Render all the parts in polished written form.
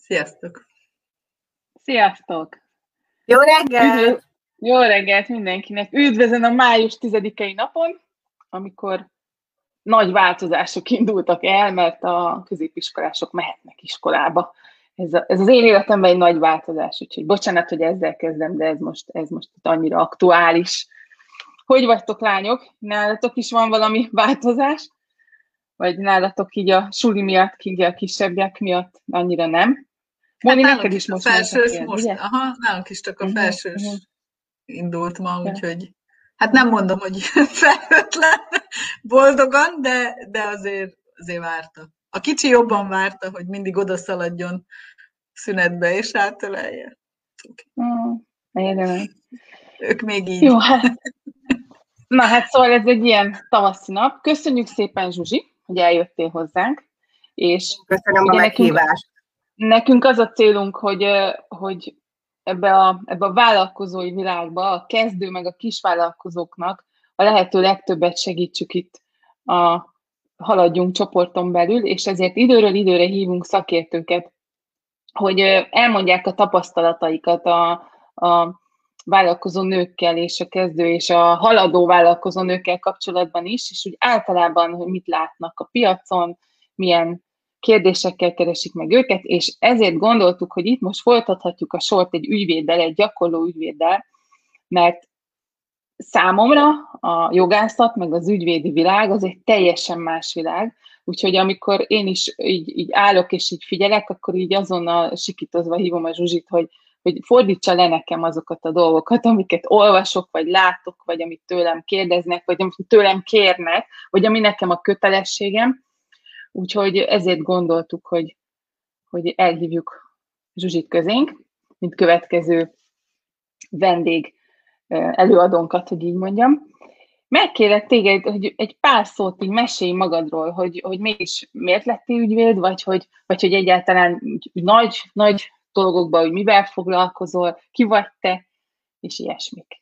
Sziasztok! Sziasztok! Jó reggelt! Jó reggelt mindenkinek! Üdvözlöm a május 10-i napon, amikor nagy változások indultak el, mert a középiskolások mehetnek iskolába. Ez az én életemben egy nagy változás, úgyhogy bocsánat, hogy ezzel kezdem, de ez most annyira aktuális. Hogy vagytok, lányok? Nálatok is van valami változás? Vagy nálatok így a suli miatt, így a kisebbek miatt annyira nem? Moni, neked is most nálunk is csak a felsős indult ma, úgyhogy hát nem mondom, hogy felhőtlen boldogan, de azért várta. A kicsi jobban várta, hogy mindig odaszaladjon szünetbe, és átölelje. Ők még így. Jó, hát. Na hát szóval ez egy ilyen tavaszi nap. Köszönjük szépen, Zsuzsi, hogy eljöttél hozzánk. És köszönöm a meghívást. Nekünk az a célunk, hogy ebbe a vállalkozói világba a kezdő meg a kisvállalkozóknak a lehető legtöbbet segítsük itt haladjunk csoporton belül, és ezért időről időre hívunk szakértőket, hogy elmondják a tapasztalataikat a vállalkozó nőkkel és a kezdő és a haladó vállalkozó nőkkel kapcsolatban is, és úgy általában, hogy mit látnak a piacon, milyen kérdésekkel keresik meg őket, és ezért gondoltuk, hogy itt most folytathatjuk a sort egy ügyvéddel, egy gyakorló ügyvéddel, mert számomra a jogászat, meg az ügyvédi világ az egy teljesen más világ, úgyhogy amikor én is így állok és így figyelek, akkor így azonnal sikítozva hívom a Zsuzsit, hogy fordítsa le nekem azokat a dolgokat, amiket olvasok, vagy látok, vagy amit tőlem kérdeznek, vagy amit tőlem kérnek, vagy ami nekem a kötelességem. Úgyhogy ezért gondoltuk, hogy elhívjuk Zsuzsit közénk, mint következő vendég előadónkat, hogy így mondjam. Megkérlek téged, hogy egy pár szót így mesélj magadról, hogy miért lettél ügyvéd, vagy hogy egyáltalán nagy dolgokban, hogy mivel foglalkozol, ki vagy te, és ilyesmik.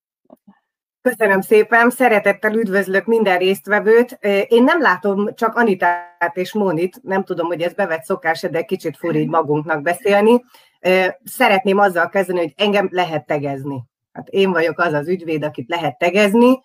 Köszönöm szépen, szeretettel üdvözlök minden résztvevőt. Én nem látom csak Anitát és Mónit, nem tudom, hogy ez bevett szokás, de kicsit fur így magunknak beszélni. Szeretném azzal kezdeni, hogy engem lehet tegezni. Hát én vagyok az az ügyvéd, akit lehet tegezni.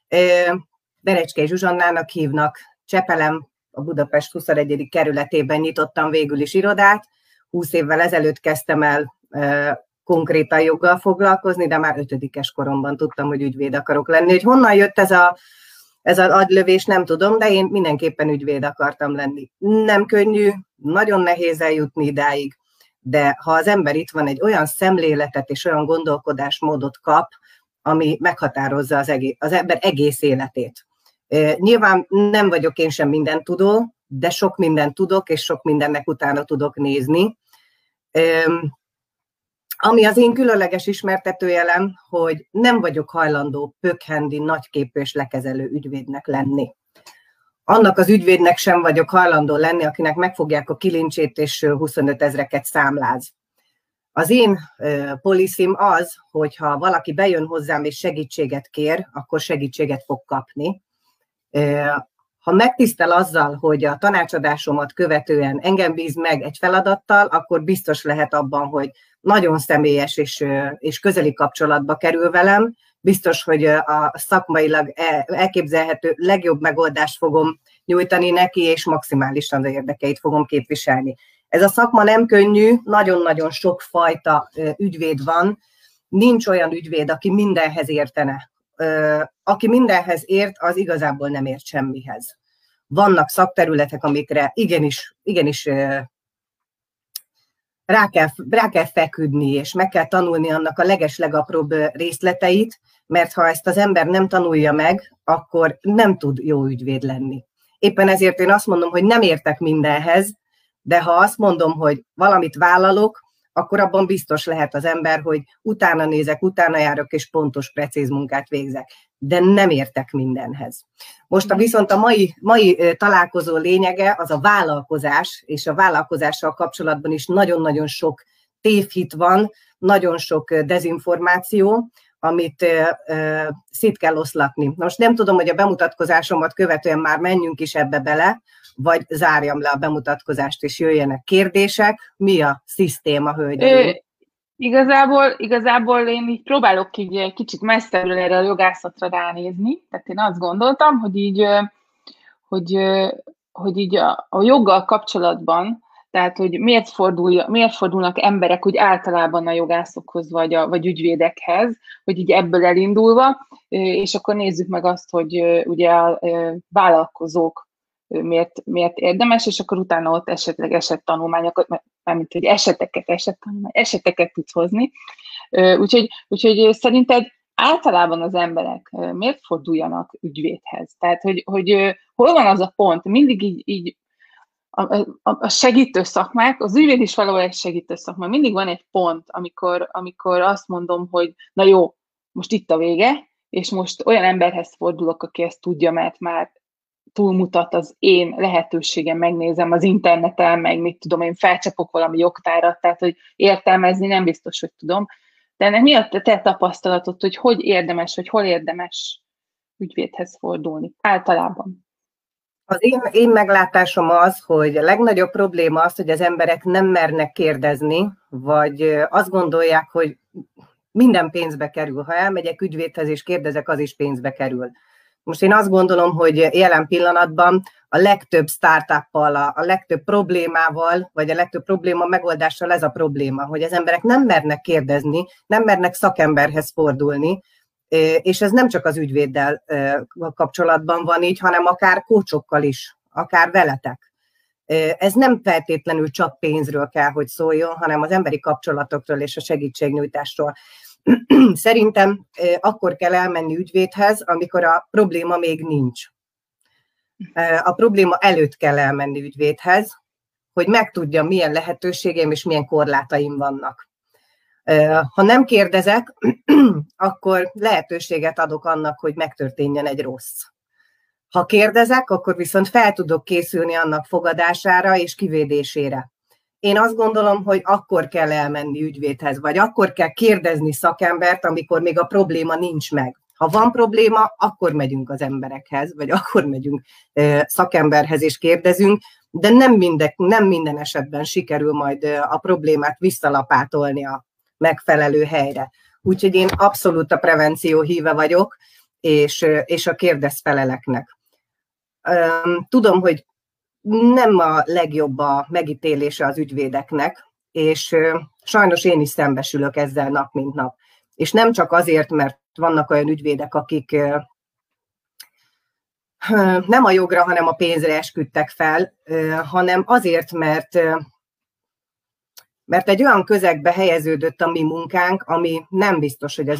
Berecskei Zsuzsannának hívnak, Csepelen, a Budapest 21. kerületében nyitottam végül is irodát. 20 évvel ezelőtt kezdtem el konkrétan joggal foglalkozni, de már 5-es koromban tudtam, hogy ügyvéd akarok lenni. Hogy honnan jött ez az agylövés, nem tudom, de én mindenképpen ügyvéd akartam lenni. Nem könnyű, nagyon nehéz eljutni idáig, de ha az ember itt van, egy olyan szemléletet és olyan gondolkodásmódot kap, ami meghatározza az ember egész életét. Nyilván nem vagyok én sem mindentudó, de sok mindent tudok, és sok mindennek utána tudok nézni. Ami az én különleges ismertetőjelem, hogy nem vagyok hajlandó pökhendi, nagyképű és lekezelő ügyvédnek lenni. Annak az ügyvédnek sem vagyok hajlandó lenni, akinek megfogják a kilincsét és 25 000-eket számláz. Az én policym az, hogyha valaki bejön hozzám és segítséget kér, akkor segítséget fog kapni. Ha megtisztel azzal, hogy a tanácsadásomat követően engem bíz meg egy feladattal, akkor biztos lehet abban, hogy nagyon személyes és közeli kapcsolatba kerül velem. Biztos, hogy a szakmailag elképzelhető legjobb megoldást fogom nyújtani neki, és maximálisan az érdekeit fogom képviselni. Ez a szakma nem könnyű, nagyon-nagyon sok fajta ügyvéd van. Nincs olyan ügyvéd, aki mindenhez értene. Aki mindenhez ért, az igazából nem ért semmihez. Vannak szakterületek, amikre igenis rá kell feküdni, és meg kell tanulni annak a legeslegapróbb részleteit, mert ha ezt az ember nem tanulja meg, akkor nem tud jó ügyvéd lenni. Éppen ezért én azt mondom, hogy nem értek mindenhez, de ha azt mondom, hogy valamit vállalok, akkor abban biztos lehet az ember, hogy utána nézek, utána járok, és pontos, precíz munkát végzek. De nem értek mindenhez. Most viszont a mai találkozó lényege az a vállalkozás, és a vállalkozással kapcsolatban is nagyon-nagyon sok tévhit van, nagyon sok dezinformáció, amit szét kell oszlatni. Most nem tudom, hogy a bemutatkozásomat követően már menjünk is ebbe bele, vagy zárjam le a bemutatkozást, és jöjjenek kérdések. Mi a szisztéma, hölgyeim? Igazából én így próbálok így egy kicsit messzebbről erre a jogászatra ránézni. Tehát én azt gondoltam, hogy így a joggal kapcsolatban, tehát hogy miért fordulnak emberek úgy általában a jogászokhoz vagy ügyvédekhez, hogy így ebből elindulva, és akkor nézzük meg azt, hogy ugye a vállalkozók miért érdemes, és akkor utána ott esetleg esettanulmányokat, mármint, hogy eseteket tudsz hozni. Úgyhogy szerinted általában az emberek miért forduljanak ügyvédhez? Tehát, hogy hol van az a pont? Mindig így a segítő szakmák, az ügyvéd is valahol egy segítő szakma. Mindig van egy pont, amikor azt mondom, hogy na jó, most itt a vége, és most olyan emberhez fordulok, aki ezt tudja, mert már túlmutat az én lehetőségem, megnézem az interneten, meg mit tudom, én felcsapok valami jogtárat, tehát, hogy értelmezni nem biztos, hogy tudom. De ennek mi a te tapasztalatod, hogy érdemes, vagy hol érdemes ügyvédhez fordulni általában? Az én meglátásom az, hogy a legnagyobb probléma az, hogy az emberek nem mernek kérdezni, vagy azt gondolják, hogy minden pénzbe kerül. Ha elmegyek ügyvédhez és kérdezek, az is pénzbe kerül. Most én azt gondolom, hogy jelen pillanatban a legtöbb startuppal, a legtöbb problémával, vagy a legtöbb probléma megoldással ez a probléma, hogy az emberek nem mernek kérdezni, nem mernek szakemberhez fordulni, és ez nem csak az ügyvéddel kapcsolatban van így, hanem akár coachokkal is, akár veletek. Ez nem feltétlenül csak pénzről kell, hogy szóljon, hanem az emberi kapcsolatokról és a segítségnyújtásról. Szerintem akkor kell elmenni ügyvédhez, amikor a probléma még nincs. A probléma előtt kell elmenni ügyvédhez, hogy megtudjam, milyen lehetőségeim és milyen korlátaim vannak. Ha nem kérdezek, akkor lehetőséget adok annak, hogy megtörténjen egy rossz. Ha kérdezek, akkor viszont fel tudok készülni annak fogadására és kivédésére. Én azt gondolom, hogy akkor kell elmenni ügyvédhez, vagy akkor kell kérdezni szakembert, amikor még a probléma nincs meg. Ha van probléma, akkor megyünk az emberekhez, vagy akkor megyünk szakemberhez és kérdezünk, de nem minden esetben sikerül majd a problémát visszalapátolni a megfelelő helyre. Úgyhogy én abszolút a prevenció híve vagyok, és a kérdezfeleleknek. Tudom, hogy nem a legjobb a megítélése az ügyvédeknek, és sajnos én is szembesülök ezzel nap mint nap. És nem csak azért, mert vannak olyan ügyvédek, akik nem a jogra, hanem a pénzre esküdtek fel, hanem azért, mert egy olyan közegbe helyeződött a mi munkánk, ami nem biztos, hogy az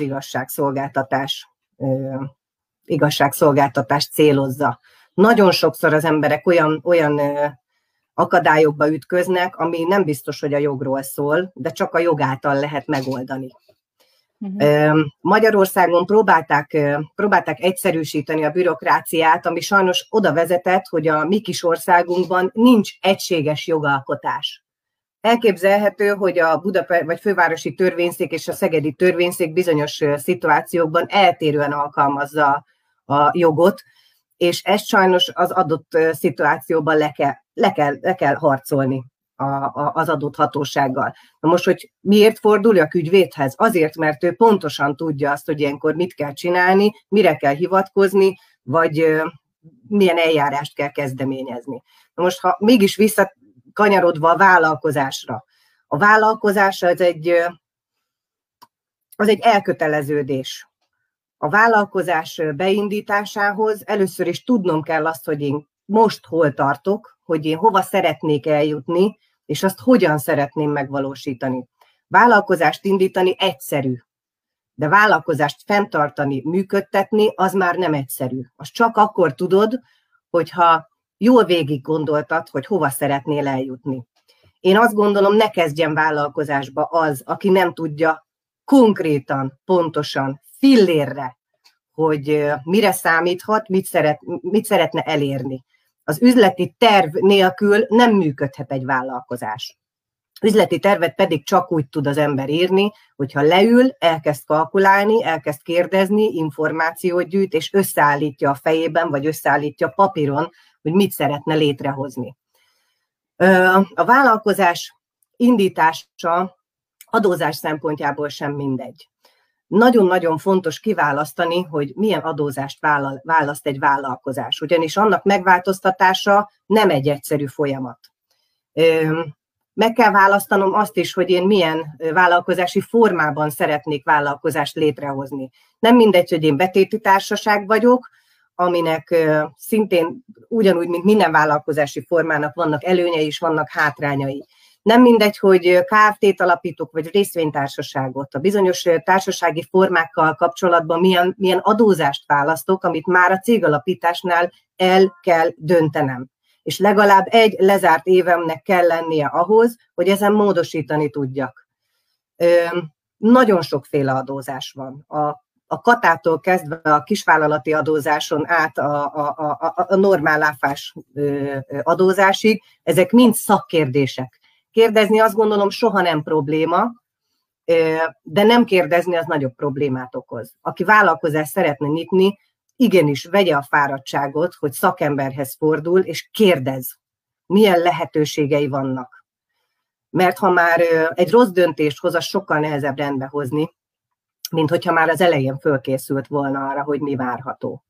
igazságszolgáltatást célozza. Nagyon sokszor az emberek olyan akadályokba ütköznek, ami nem biztos, hogy a jogról szól, de csak a jog által lehet megoldani. Magyarországon próbálták egyszerűsíteni a bürokráciát, ami sajnos oda vezetett, hogy a mi kis országunkban nincs egységes jogalkotás. Elképzelhető, hogy a Budapest vagy fővárosi törvényszék és a szegedi törvényszék bizonyos szituációkban eltérően alkalmazza a jogot, és ezt sajnos az adott szituációban le kell harcolni az adott hatósággal. Na most, hogy miért forduljak ügyvédhez? Azért, mert ő pontosan tudja azt, hogy ilyenkor mit kell csinálni, mire kell hivatkozni, vagy milyen eljárást kell kezdeményezni. Na most, ha mégis visszakanyarodva a vállalkozásra. A vállalkozás az egy elköteleződés. A vállalkozás beindításához először is tudnom kell azt, hogy én most hol tartok, hogy én hova szeretnék eljutni, és azt hogyan szeretném megvalósítani. Vállalkozást indítani egyszerű, de vállalkozást fenntartani, működtetni, az már nem egyszerű. Azt csak akkor tudod, hogyha jól végig gondoltad, hogy hova szeretnél eljutni. Én azt gondolom, ne kezdjen vállalkozásba az, aki nem tudja konkrétan, pontosan, fillérre, hogy mire számíthat, mit szeretne elérni. Az üzleti terv nélkül nem működhet egy vállalkozás. Üzleti tervet pedig csak úgy tud az ember írni, hogyha leül, elkezd kalkulálni, elkezd kérdezni, információt gyűjt, és összeállítja a fejében, vagy összeállítja papíron, hogy mit szeretne létrehozni. A vállalkozás indítása adózás szempontjából sem mindegy. Nagyon-nagyon fontos kiválasztani, hogy milyen adózást választ egy vállalkozás, ugyanis annak megváltoztatása nem egy egyszerű folyamat. Meg kell választanom azt is, hogy én milyen vállalkozási formában szeretnék vállalkozást létrehozni. Nem mindegy, hogy én betéti társaság vagyok, aminek szintén ugyanúgy, mint minden vállalkozási formának vannak előnyei és vannak hátrányai. Nem mindegy, hogy Kft-t alapítok, vagy részvénytársaságot. A bizonyos társasági formákkal kapcsolatban milyen adózást választok, amit már a cégalapításnál el kell döntenem. És legalább egy lezárt évemnek kell lennie ahhoz, hogy ezen módosítani tudjak. Nagyon sokféle adózás van. A katától kezdve a kisvállalati adózáson át a normál áfás adózásig, ezek mind szakkérdések. Kérdezni azt gondolom soha nem probléma, de nem kérdezni az nagyobb problémát okoz. Aki vállalkozást szeretne nyitni, igenis vegye a fáradtságot, hogy szakemberhez fordul, és kérdez, milyen lehetőségei vannak. Mert ha már egy rossz döntést hoz, az sokkal nehezebb rendbe hozni, mint hogyha már az elején fölkészült volna arra, hogy mi várható.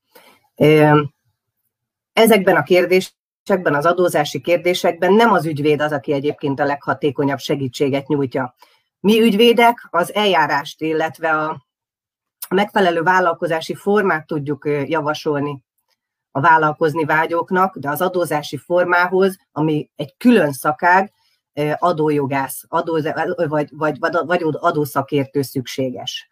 Ezekben a kérdésekben, az adózási kérdésekben nem az ügyvéd az, aki egyébként a leghatékonyabb segítséget nyújtja. Mi ügyvédek az eljárást, illetve a megfelelő vállalkozási formát tudjuk javasolni a vállalkozni vágyóknak, de az adózási formához, ami egy külön szakág, adójogász, vagy adószakértő szükséges.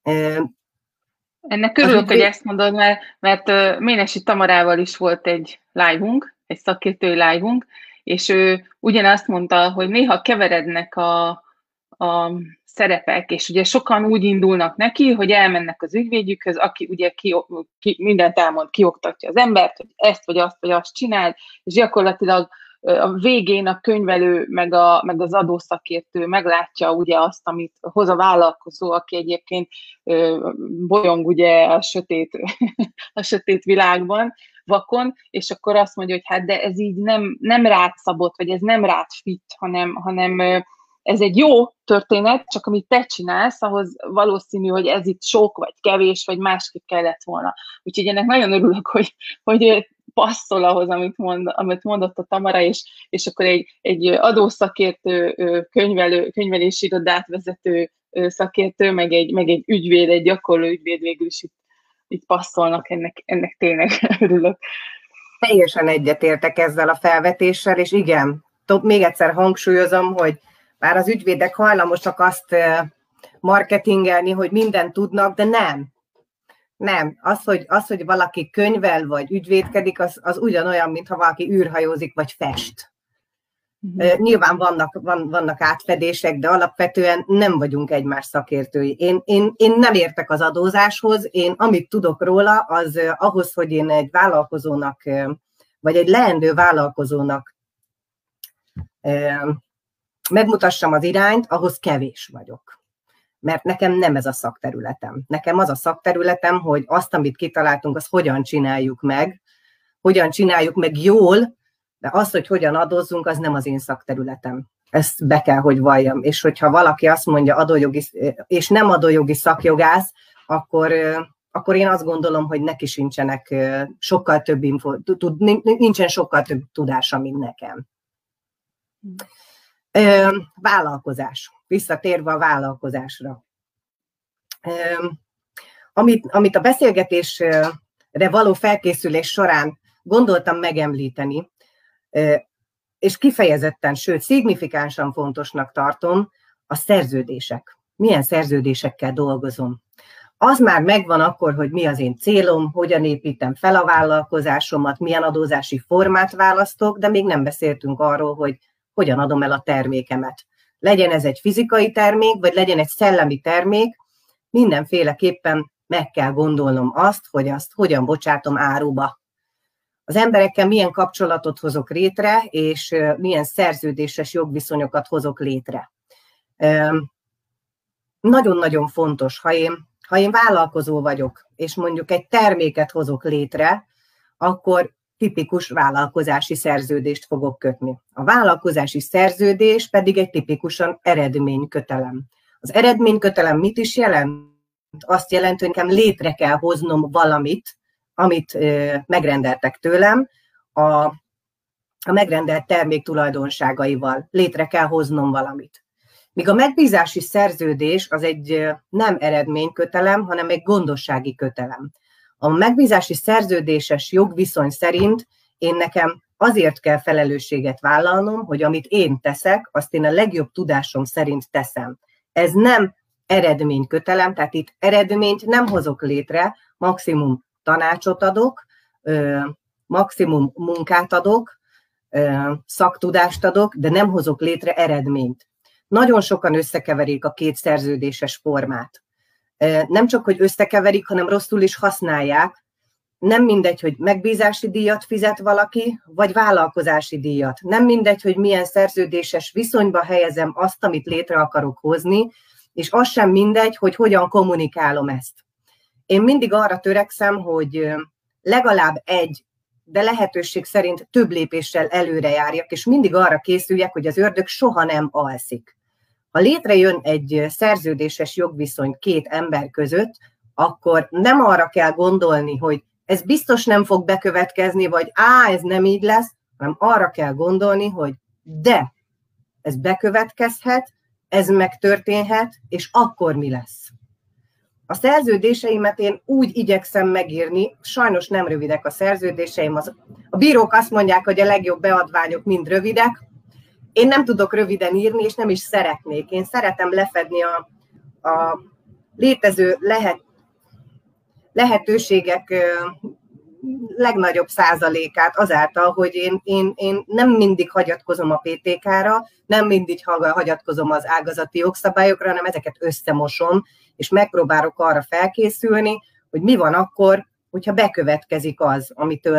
Ennek örülök, hogy ezt mondod, mert Ménesi Tamarával is volt egy live-unk, egy szakértői live-unk, és ő ugyanazt mondta, hogy néha keverednek a szerepek, és ugye sokan úgy indulnak neki, hogy elmennek az ügyvédjükhöz, aki ugye mindent elmond, kioktatja az embert, hogy ezt vagy azt csinál, és gyakorlatilag a végén a könyvelő meg az adószakértő meglátja ugye azt, amit hoz a vállalkozó, aki egyébként bolyong ugye a sötét világban, vakon, és akkor azt mondja, hogy hát de ez így nem rád szabott, vagy ez nem rád fit, hanem ez egy jó történet, csak amit te csinálsz, ahhoz valószínű, hogy ez itt sok, vagy kevés, vagy másképp kellett volna. Úgyhogy ennek nagyon örülök, hogy passzol ahhoz, amit mondott a Tamara, és akkor egy adószakértő, könyvelési irodát vezető szakértő, meg egy ügyvéd, egy gyakorló ügyvéd végül is itt passzolnak, ennek tényleg örülök. Teljesen egyetértek ezzel a felvetéssel, és igen, még egyszer hangsúlyozom, hogy bár az ügyvédek hajlamosak azt marketingelni, hogy mindent tudnak, de nem. Az, hogy valaki könyvel vagy ügyvédkedik, az ugyanolyan, mintha valaki űrhajózik vagy fest. Nyilván vannak átfedések, de alapvetően nem vagyunk egymás szakértői. Én nem értek az adózáshoz, én amit tudok róla, az ahhoz, hogy én egy vállalkozónak, vagy egy leendő vállalkozónak megmutassam az irányt, ahhoz kevés vagyok. Mert nekem nem ez a szakterületem. Nekem az a szakterületem, hogy azt, amit kitaláltunk, azt hogyan csináljuk meg jól, de az, hogy hogyan adózzunk, az nem az én szakterületem. Ezt be kell, hogy valljam. És hogyha valaki azt mondja adójogi, és nem adójogi szakjogász, akkor én azt gondolom, hogy neki sincsenek sokkal több nincsen sokkal több tudása, mint nekem. Vállalkozás. Visszatérve a vállalkozásra. Amit a beszélgetésre való felkészülés során gondoltam megemlíteni, és kifejezetten, sőt, szignifikánsan fontosnak tartom, a szerződések. Milyen szerződésekkel dolgozom. Az már megvan akkor, hogy mi az én célom, hogyan építem fel a vállalkozásomat, milyen adózási formát választok, de még nem beszéltünk arról, hogy hogyan adom el a termékemet. Legyen ez egy fizikai termék, vagy legyen egy szellemi termék, mindenféleképpen meg kell gondolnom azt hogyan bocsátom áruba. az emberekkel milyen kapcsolatot hozok létre, és milyen szerződéses jogviszonyokat hozok létre. Nagyon-nagyon fontos, ha én vállalkozó vagyok, és mondjuk egy terméket hozok létre, akkor tipikus vállalkozási szerződést fogok kötni. A vállalkozási szerződés pedig egy tipikusan eredménykötelem. Az eredménykötelem mit is jelent? Azt jelenti, hogy nekem létre kell hoznom valamit, amit megrendeltek tőlem, a megrendelt termék tulajdonságaival. Létre kell hoznom valamit. Míg a megbízási szerződés az egy nem eredménykötelem, hanem egy gondossági kötelem. A megbízási szerződéses jogviszony szerint nekem azért kell felelősséget vállalnom, hogy amit én teszek, azt én a legjobb tudásom szerint teszem. Ez nem eredménykötelem, tehát itt eredményt nem hozok létre, maximum tanácsot adok, maximum munkát adok, szaktudást adok, de nem hozok létre eredményt. Nagyon sokan összekeverik a két szerződéses formát. Nem csak, hogy összekeverik, hanem rosszul is használják. Nem mindegy, hogy megbízási díjat fizet valaki, vagy vállalkozási díjat. Nem mindegy, hogy milyen szerződéses viszonyba helyezem azt, amit létre akarok hozni, és az sem mindegy, hogy hogyan kommunikálom ezt. Én mindig arra törekszem, hogy legalább egy, de lehetőség szerint több lépéssel előre járjak, és mindig arra készüljek, hogy az ördög soha nem alszik. Ha létrejön egy szerződéses jogviszony két ember között, akkor nem arra kell gondolni, hogy ez biztos nem fog bekövetkezni, vagy ez nem így lesz, hanem arra kell gondolni, hogy de, ez bekövetkezhet, ez megtörténhet, és akkor mi lesz? A szerződéseimet én úgy igyekszem megírni, sajnos nem rövidek a szerződéseim, a bírók azt mondják, hogy a legjobb beadványok mind rövidek, én nem tudok röviden írni, és nem is szeretnék. Én szeretem lefedni a létező lehetőségek legnagyobb százalékát azáltal, hogy én nem mindig hagyatkozom a PTK-ra, nem mindig hagyatkozom az ágazati jogszabályokra, hanem ezeket összemosom, és megpróbálok arra felkészülni, hogy mi van akkor, hogyha bekövetkezik az,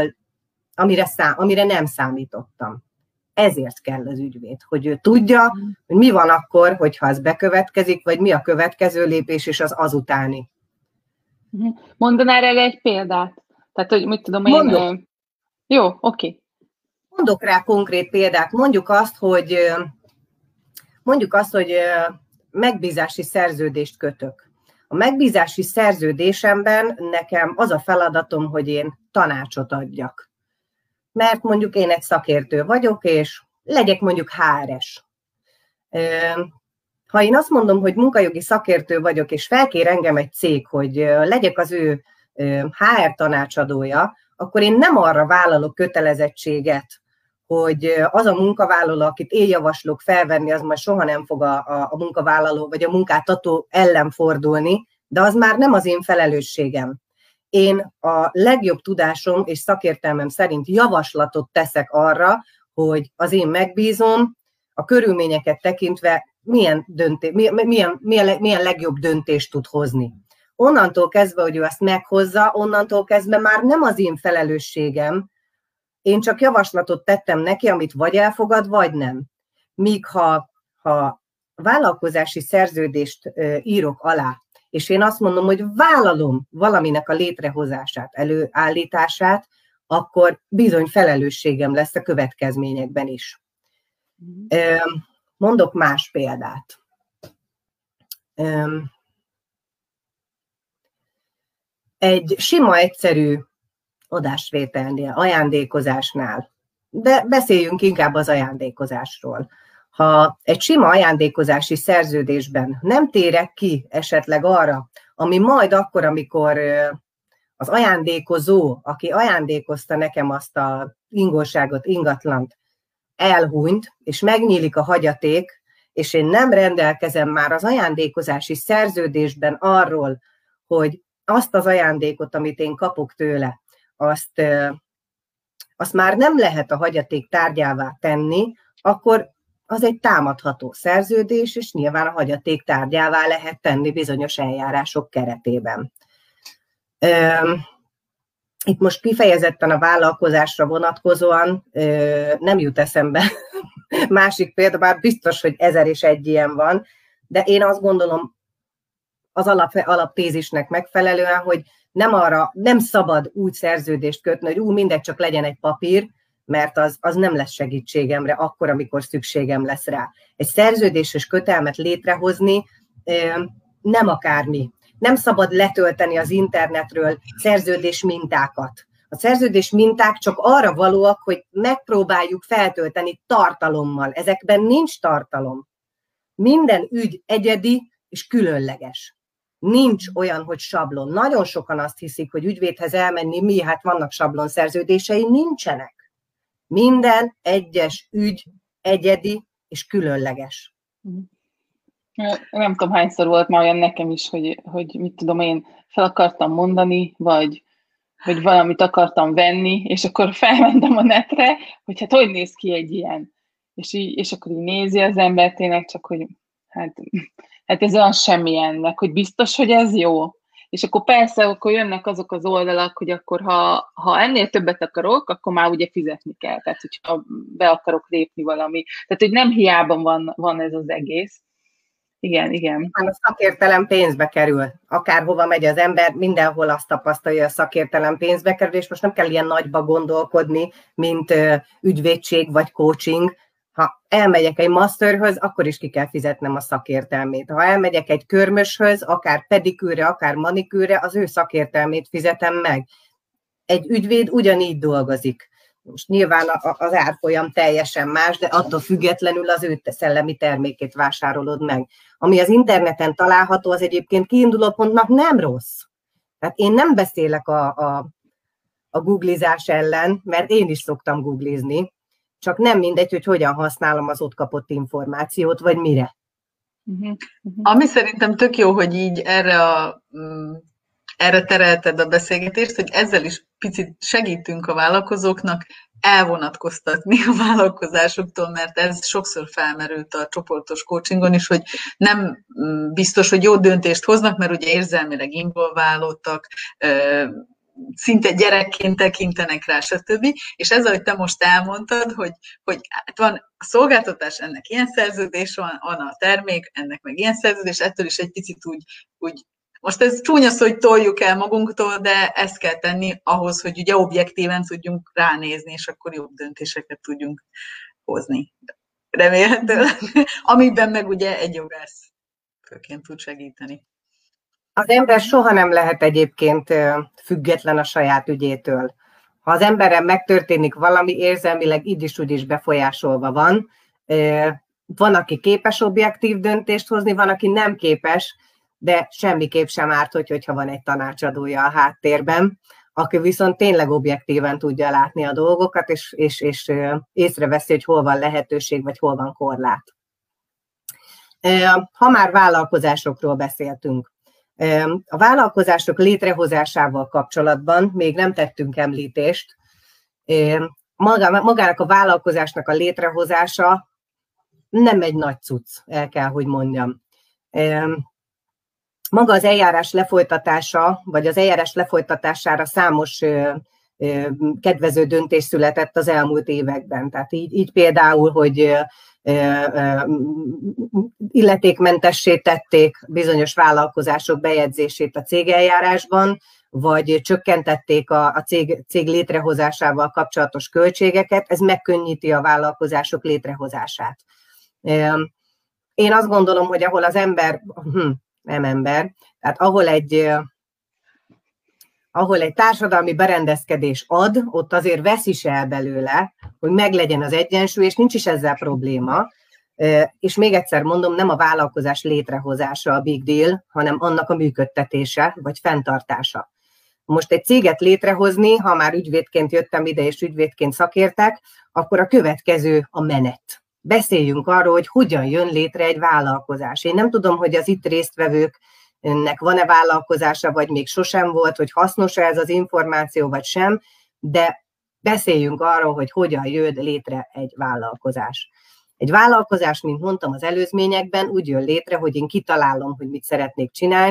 amire nem számítottam. Ezért kell az ügyvéd, hogy ő tudja, hogy mi van akkor, hogyha ez bekövetkezik, vagy mi a következő lépés, és az azutáni. Mondanál erre egy példát? Tehát, hogy mit tudom én... Jó, oké. Mondok rá konkrét példát. Mondjuk azt, hogy megbízási szerződést kötök. A megbízási szerződésemben nekem az a feladatom, hogy én tanácsot adjak. Mert mondjuk én egy szakértő vagyok, és legyek mondjuk HR-es. Ha én azt mondom, hogy munkajogi szakértő vagyok, és felkér engem egy cég, hogy legyek az ő HR tanácsadója, akkor én nem arra vállalok kötelezettséget, hogy az a munkavállaló, akit én javaslok felvenni, az majd soha nem fog a munkavállaló vagy a munkáltató ellen fordulni, de az már nem az én felelősségem. Én a legjobb tudásom és szakértelmem szerint javaslatot teszek arra, hogy az én megbízom a körülményeket tekintve milyen legjobb döntést tud hozni. Onnantól kezdve, hogy ő azt meghozza, onnantól kezdve már nem az én felelősségem, én csak javaslatot tettem neki, amit vagy elfogad, vagy nem. Míg ha vállalkozási szerződést írok alá, és én azt mondom, hogy vállalom valaminek a létrehozását, előállítását, akkor bizony felelősségem lesz a következményekben is. Mondok más példát. Egy sima, egyszerű adásvételnél, ajándékozásnál, de beszéljünk inkább az ajándékozásról. Ha egy sima ajándékozási szerződésben nem térek ki esetleg arra, ami majd akkor, amikor az ajándékozó, aki ajándékozta nekem azt a ingóságot, ingatlant, elhunyt, és megnyílik a hagyaték, és én nem rendelkezem már az ajándékozási szerződésben arról, hogy azt az ajándékot, amit én kapok tőle, azt már nem lehet a hagyaték tárgyává tenni, akkor az egy támadható szerződés, és nyilván a hagyaték tárgyává lehet tenni bizonyos eljárások keretében. itt most kifejezetten a vállalkozásra vonatkozóan nem jut eszembe másik példa, bár biztos, hogy 1001 ilyen van, de én azt gondolom az alaptézisnek megfelelően, hogy nem szabad úgy szerződést kötni, hogy mindegy, csak legyen egy papír, mert az nem lesz segítségemre akkor, amikor szükségem lesz rá. Egy szerződéses kötelmet létrehozni nem akármi. Nem szabad letölteni az internetről szerződés mintákat. A szerződés minták csak arra valóak, hogy megpróbáljuk feltölteni tartalommal. Ezekben nincs tartalom. Minden ügy egyedi és különleges. Nincs olyan, hogy sablon. Nagyon sokan azt hiszik, hogy ügyvédhez elmenni, hát vannak sablon szerződései, nincsenek. Minden egyes ügy egyedi és különleges. Nem tudom, hányszor volt már olyan nekem is, hogy mit tudom én, fel akartam mondani, vagy valamit akartam venni, és akkor felmentem a netre, hogy hát hogy néz ki egy ilyen. És akkor így nézi az ember tényleg csak, hogy hát ez olyan semmilyennek, hogy biztos, hogy ez jó. És akkor persze, akkor jönnek azok az oldalak, hogy akkor ha ennél többet akarok, akkor már ugye fizetni kell. Tehát, hogyha be akarok lépni valami. Tehát, hogy nem hiába van ez az egész. Igen. A szakértelem pénzbe kerül. Akárhova megy az ember, mindenhol azt tapasztalja, hogy a szakértelem pénzbe kerül, és most nem kell ilyen nagyba gondolkodni, mint ügyvédség vagy coaching. Ha elmegyek egy masterhöz, akkor is ki kell fizetnem a szakértelmét. Ha elmegyek egy körmöshöz, akár pedikűrre, akár manikűrre, az ő szakértelmét fizetem meg. Egy ügyvéd ugyanígy dolgozik. Most nyilván az árfolyam teljesen más, de attól függetlenül az ő szellemi termékét vásárolod meg. Ami az interneten található, az egyébként kiinduló pontnak nem rossz. Tehát én nem beszélek a googlizás ellen, mert én is szoktam googlizni, csak nem mindegy, hogy hogyan használom az ott kapott információt, vagy mire. Ami szerintem tök jó, hogy így erre terelted a beszélgetést, hogy ezzel is picit segítünk a vállalkozóknak elvonatkoztatni a vállalkozásoktól, mert ez sokszor felmerült a csoportos coachingon is, hogy nem biztos, hogy jó döntést hoznak, mert ugye érzelmileg involválódtak, szinte gyerekként tekintenek rá, stb. És ez, ahogy te most elmondtad, hogy hát van a szolgáltatás, ennek ilyen szerződés van a termék, ennek meg ilyen szerződés, ettől is egy picit úgy most ez csúnya szó, hogy toljuk el magunktól, de ezt kell tenni ahhoz, hogy ugye objektíven tudjunk ránézni, és akkor jobb döntéseket tudjunk hozni. Remélhetőleg. Amiben meg ugye egy jogász főként tud segíteni. Az ember soha nem lehet egyébként független a saját ügyétől. Ha az emberen megtörténik valami, érzelmileg így is úgy is befolyásolva van. Van, aki képes objektív döntést hozni, van, aki nem képes, de semmiképp sem árt, hogyha van egy tanácsadója a háttérben, aki viszont tényleg objektíven tudja látni a dolgokat, és észreveszi, hogy hol van lehetőség, vagy hol van korlát. Ha már vállalkozásokról beszéltünk, a vállalkozások létrehozásával kapcsolatban még nem tettünk említést. Magának a vállalkozásnak a létrehozása nem egy nagy cucc, el kell, hogy mondjam. Maga az eljárás lefolytatása, vagy az eljárás lefolytatására számos kedvező döntés született az elmúlt években. Tehát így például, hogy illetékmentessé tették bizonyos vállalkozások bejegyzését a cégeljárásban, vagy csökkentették a cég létrehozásával kapcsolatos költségeket, ez megkönnyíti a vállalkozások létrehozását. Én azt gondolom, hogy ahol az ember, tehát ahol egy társadalmi berendezkedés ad, ott azért vesz is el belőle, hogy meglegyen az egyensúly, és nincs is ezzel probléma. És még egyszer mondom, nem a vállalkozás létrehozása a big deal, hanem annak a működtetése, vagy fenntartása. Most egy céget létrehozni, ha már ügyvédként jöttem ide, és ügyvédként szakértek, akkor a következő a menet. Beszéljünk arról, hogy hogyan jön létre egy vállalkozás. Én nem tudom, hogy az itt résztvevőknek van-e vállalkozása, vagy még sosem volt, hogy hasznos-e ez az információ, vagy sem, de beszéljünk arról, hogy hogyan jön létre egy vállalkozás. Egy vállalkozás, mint mondtam az előzményekben, úgy jön létre, hogy én kitalálom, hogy mit szeretnék csinálni,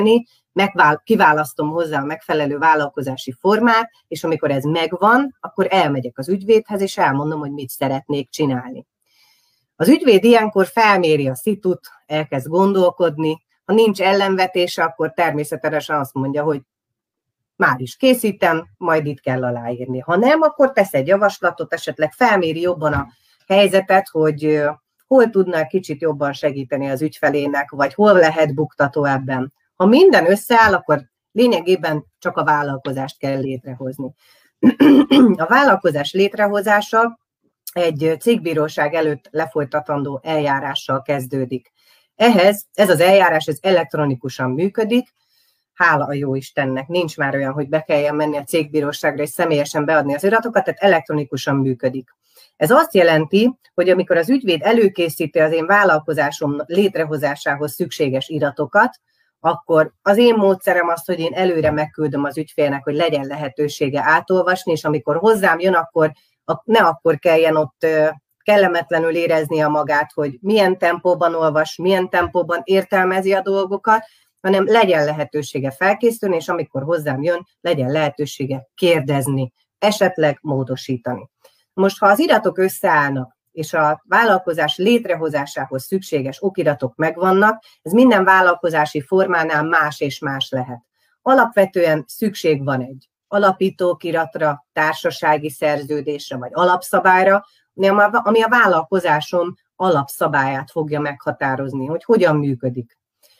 kiválasztom hozzá a megfelelő vállalkozási formát, és amikor ez megvan, akkor elmegyek az ügyvédhez, és elmondom, hogy mit szeretnék csinálni. Az ügyvéd ilyenkor felméri a szitut, elkezd gondolkodni, ha nincs ellenvetése, akkor természetesen azt mondja, hogy már is készítem, majd itt kell aláírni. Ha nem, akkor tesz egy javaslatot, esetleg felméri jobban a helyzetet, hogy hol tudna kicsit jobban segíteni az ügyfelének, vagy hol lehet buktató ebben. Ha minden összeáll, akkor lényegében csak a vállalkozást kell létrehozni. A vállalkozás létrehozása egy cégbíróság előtt lefolytatandó eljárással kezdődik. Ez az eljárás elektronikusan működik, hála a jó Istennek, nincs már olyan, hogy be kelljen menni a cégbíróságra és személyesen beadni az iratokat, tehát elektronikusan működik. Ez azt jelenti, hogy amikor az ügyvéd előkészíti az én vállalkozásom létrehozásához szükséges iratokat, akkor az én módszerem az, hogy én előre megküldöm az ügyfélnek, hogy legyen lehetősége átolvasni, és amikor hozzám jön, akkor ne akkor kelljen ott kellemetlenül éreznie magát, hogy milyen tempóban olvas, milyen tempóban értelmezi a dolgokat, hanem legyen lehetősége felkészülni, és amikor hozzám jön, legyen lehetősége kérdezni, esetleg módosítani. Most, ha az iratok összeállnak, és a vállalkozás létrehozásához szükséges okiratok megvannak, ez minden vállalkozási formánál más és más lehet. Alapvetően szükség van egy alapítókiratra, társasági szerződésre vagy alapszabályra, ami a vállalkozásom alapszabályát fogja meghatározni, hogy hogyan működik.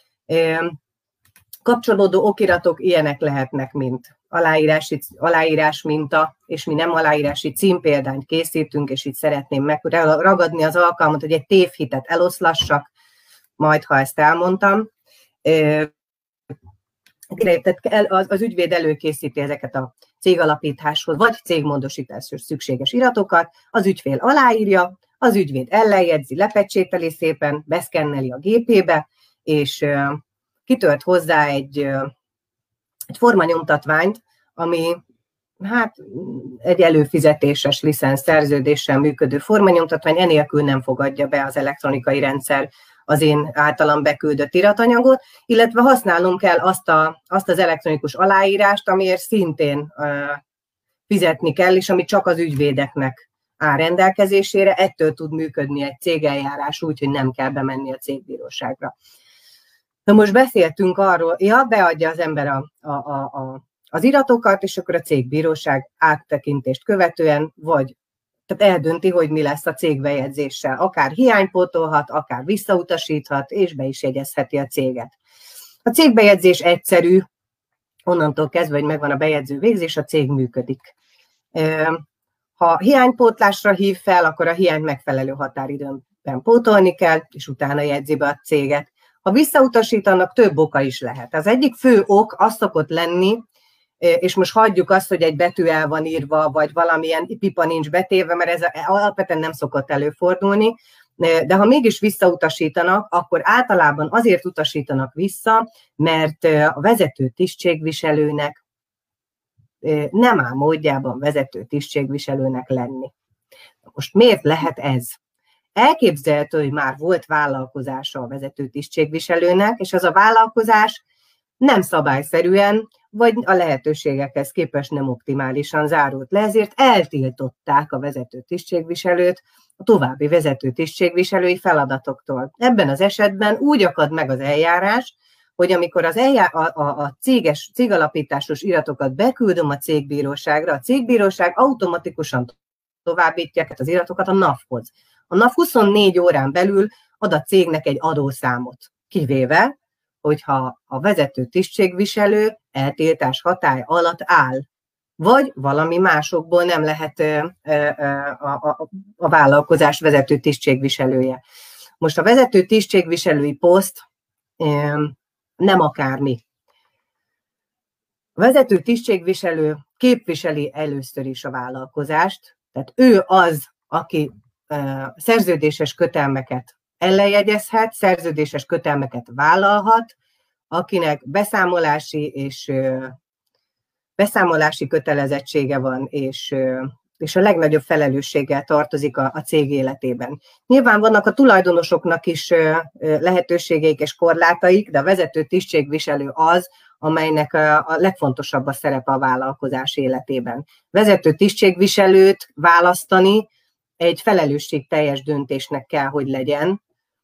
Kapcsolódó okiratok ilyenek lehetnek, mint aláírás minta, és mi nem aláírási címpéldányt készítünk, és itt szeretném megragadni az alkalmat, hogy egy tévhitet eloszlassak, majd, ha ezt elmondtam. Az ügyvéd előkészíti ezeket a cégalapításhoz, vagy cégmódosításhoz szükséges iratokat, az ügyfél aláírja, az ügyvéd ellenjegyzi, lepecsételi szépen, beszkenneli a gépébe, és kitölt hozzá egy formanyomtatványt, ami hát egy előfizetéses licenszszerződéssel működő formanyomtatvány, enélkül nem fogadja be az elektronikai rendszer az én általam beküldött iratanyagot, illetve használnom kell azt az elektronikus aláírást, amiért szintén fizetni kell, és ami csak az ügyvédeknek áll rendelkezésére, ettől tud működni egy cégeljárás úgy, hogy nem kell bemenni a cégbíróságra. Na most beszéltünk arról, beadja az ember az iratokat, és akkor a cégbíróság áttekintést követően, tehát eldönti, hogy mi lesz a cégbejegyzéssel. Akár hiánypótolhat, akár visszautasíthat, és be is jegyezheti a céget. A cégbejegyzés egyszerű, onnantól kezdve, hogy megvan a bejegyző végzés, a cég működik. Ha hiánypótlásra hív fel, akkor a hiányt megfelelő határidőben pótolni kell, és utána jegyzi be a céget. Ha visszautasítanak, több oka is lehet. Az egyik fő ok az szokott lenni, és most hagyjuk azt, hogy egy betű el van írva, vagy valamilyen pipa nincs betéve, mert ez alapvetően nem szokott előfordulni, de ha mégis visszautasítanak, akkor általában azért utasítanak vissza, mert a vezető tisztségviselőnek nem áll módjában vezető tisztségviselőnek lenni. Most miért lehet ez? Elképzelhető, hogy már volt vállalkozása a vezető tisztségviselőnek, és az a vállalkozás nem szabályszerűen, vagy a lehetőségekhez képest nem optimálisan zárult le, ezért eltiltották a vezető tisztségviselőt a további vezető tisztségviselői feladatoktól. Ebben az esetben úgy akad meg az eljárás, hogy amikor a cégalapításos iratokat beküldöm a cégbíróságra, a cégbíróság automatikusan továbbítja az iratokat a NAV-hoz. A NAV 24 órán belül ad a cégnek egy adószámot, kivéve, hogyha a vezető tisztségviselő eltiltás hatály alatt áll, vagy valami másokból nem lehet a vállalkozás vezető tisztségviselője. Most a vezető tisztségviselői poszt nem akármi. A vezető tisztségviselő képviseli először is a vállalkozást, tehát ő az, aki szerződéses kötelmeket ellenjegyezhet, szerződéses kötelmeket vállalhat, akinek beszámolási kötelezettsége van, és és a legnagyobb felelősséggel tartozik a cég életében. Nyilván vannak a tulajdonosoknak is lehetőségeik és korlátaik, de a vezető tisztségviselő az, amelynek a legfontosabb a szerepe a vállalkozás életében. Vezető tisztségviselőt választani egy felelősségteljes döntésnek kell, hogy legyen.